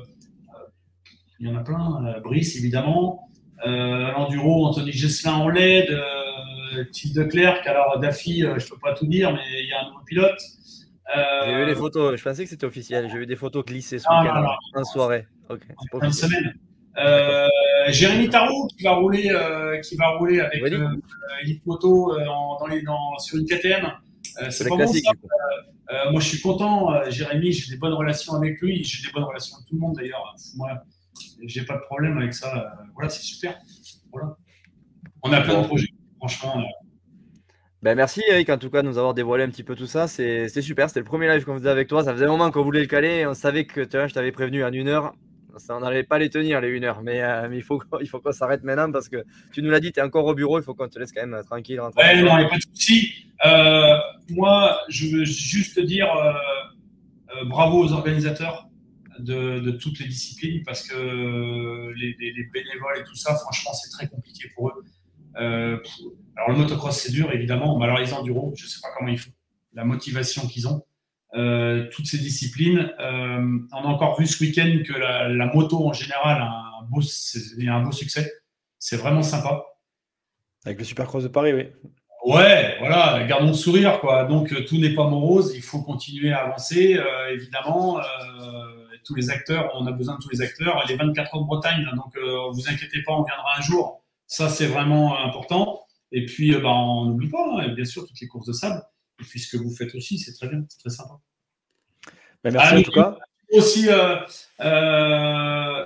il y en a plein. Euh, Brice, évidemment. Euh, l'enduro, Anthony Gesselin en L E D. Euh, euh, Type de Clerc. Alors, Daffy, euh, je peux pas tout dire, mais il y a un nouveau pilote. Euh, J'ai vu les photos, je pensais que c'était officiel. J'ai vu des photos glissées ce Non, week-end non, non. en soirée. Ok, c'est pas fin de officiel. semaine. Euh, Jérémy Tarot qui va rouler, euh, qui va rouler avec Oui. euh, Elite Moto euh, en- dans les, dans, sur une K T M. Euh, C'est c'est le pas bon classique, ça. du coup. Euh, moi, je suis content. euh, Jérémy, j'ai des bonnes relations avec lui. J'ai des bonnes relations avec tout le monde d'ailleurs. Moi, j'ai pas de problème avec ça. Euh, voilà, c'est super. Voilà. On a plein Bon. de projets. Franchement, euh, Ben merci Eric en tout cas de nous avoir dévoilé un petit peu tout ça, c'est c'était super, c'était le premier live qu'on faisait avec toi, ça faisait un moment qu'on voulait le caler, et on savait que tu vois, je t'avais prévenu en une heure, ça, on n'allait pas les tenir les une heure, mais, euh, mais il faut, qu'on- il faut qu'on s'arrête maintenant parce que tu nous l'as dit, tu es encore au bureau, il faut qu'on te laisse quand même tranquille. rentrer ouais, chez non, toi. il n'y a pas de souci. Euh, moi, je veux juste te dire euh, euh, bravo aux organisateurs de, de toutes les disciplines parce que les, les- les bénévoles et tout ça, franchement, c'est très compliqué pour eux. Euh, alors, le motocross, c'est dur, évidemment, mais alors les enduros, je ne sais pas comment ils font, la motivation qu'ils ont. Euh, toutes ces disciplines. Euh, on a encore vu ce week-end que la, la moto, en général, a un beau, c'est- a un beau succès. C'est vraiment sympa. Avec le Supercross de Paris, oui. Ouais, voilà, gardons le sourire, quoi. Donc, euh, tout n'est pas morose, il faut continuer à avancer, euh, évidemment. Euh, tous les acteurs, on a besoin de tous les acteurs. Les vingt-quatre heures de Bretagne, là, donc euh, vous inquiétez pas, on viendra un jour. Ça, c'est vraiment important. Et puis, euh, bah, on n'oublie pas, hein, bien sûr, toutes les courses de sable. Et puis, ce que vous faites aussi, c'est très bien, c'est très sympa. Ben, merci Ah, en mais tout cas. Aussi, euh, euh,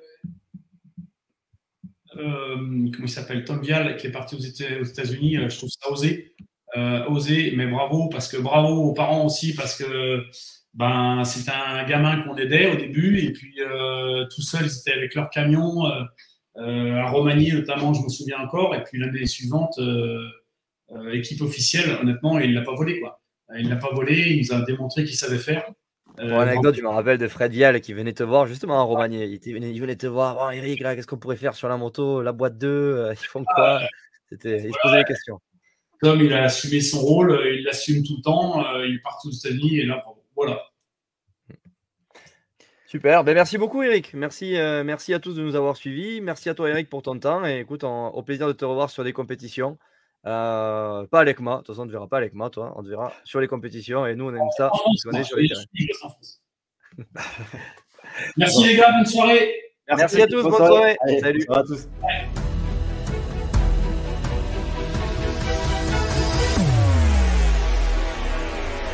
euh, comment il s'appelle, Tom Vial, qui est parti aux Éta- aux États-Unis, euh, je trouve ça osé. Euh, osé, mais bravo, parce que bravo aux parents aussi, parce que ben, c'est un gamin qu'on aidait au début, et puis euh, tout seul, ils étaient avec leur camion, euh, euh, à Romagny notamment, je me souviens encore, et puis l'année suivante, euh, euh, équipe officielle, honnêtement, il ne l'a pas volé, quoi. Il ne l'a pas volé, il nous a démontré qu'il savait faire. Euh, Pour anecdote, je me rappelle de Fred Vial qui venait te voir justement en Roumanie. Il, était- il venait te voir, oh, Eric, là, qu'est-ce qu'on pourrait faire sur la moto, la boîte deux, euh, ils font quoi? C'était, il se posait des questions. Comme il a assumé son rôle, euh, il l'assume tout le temps, euh, il part aux États-Unis et là, bon, voilà. Super, ben merci beaucoup Eric, merci, euh, merci à tous de nous avoir suivis, merci à toi Eric pour ton temps et écoute, on- au plaisir de te revoir sur des compétitions. Euh, pas à l'ECMA, de toute façon on ne te verra pas à l'ECMA, toi, on te verra sur les compétitions et nous on aime ça En France, parce qu'on est moi, sur les je terrains. suis en France. Merci les gars, bonne soirée. Merci à tous, bonne soirée. Salut. Allez, bonne soirée à tous. Ouais.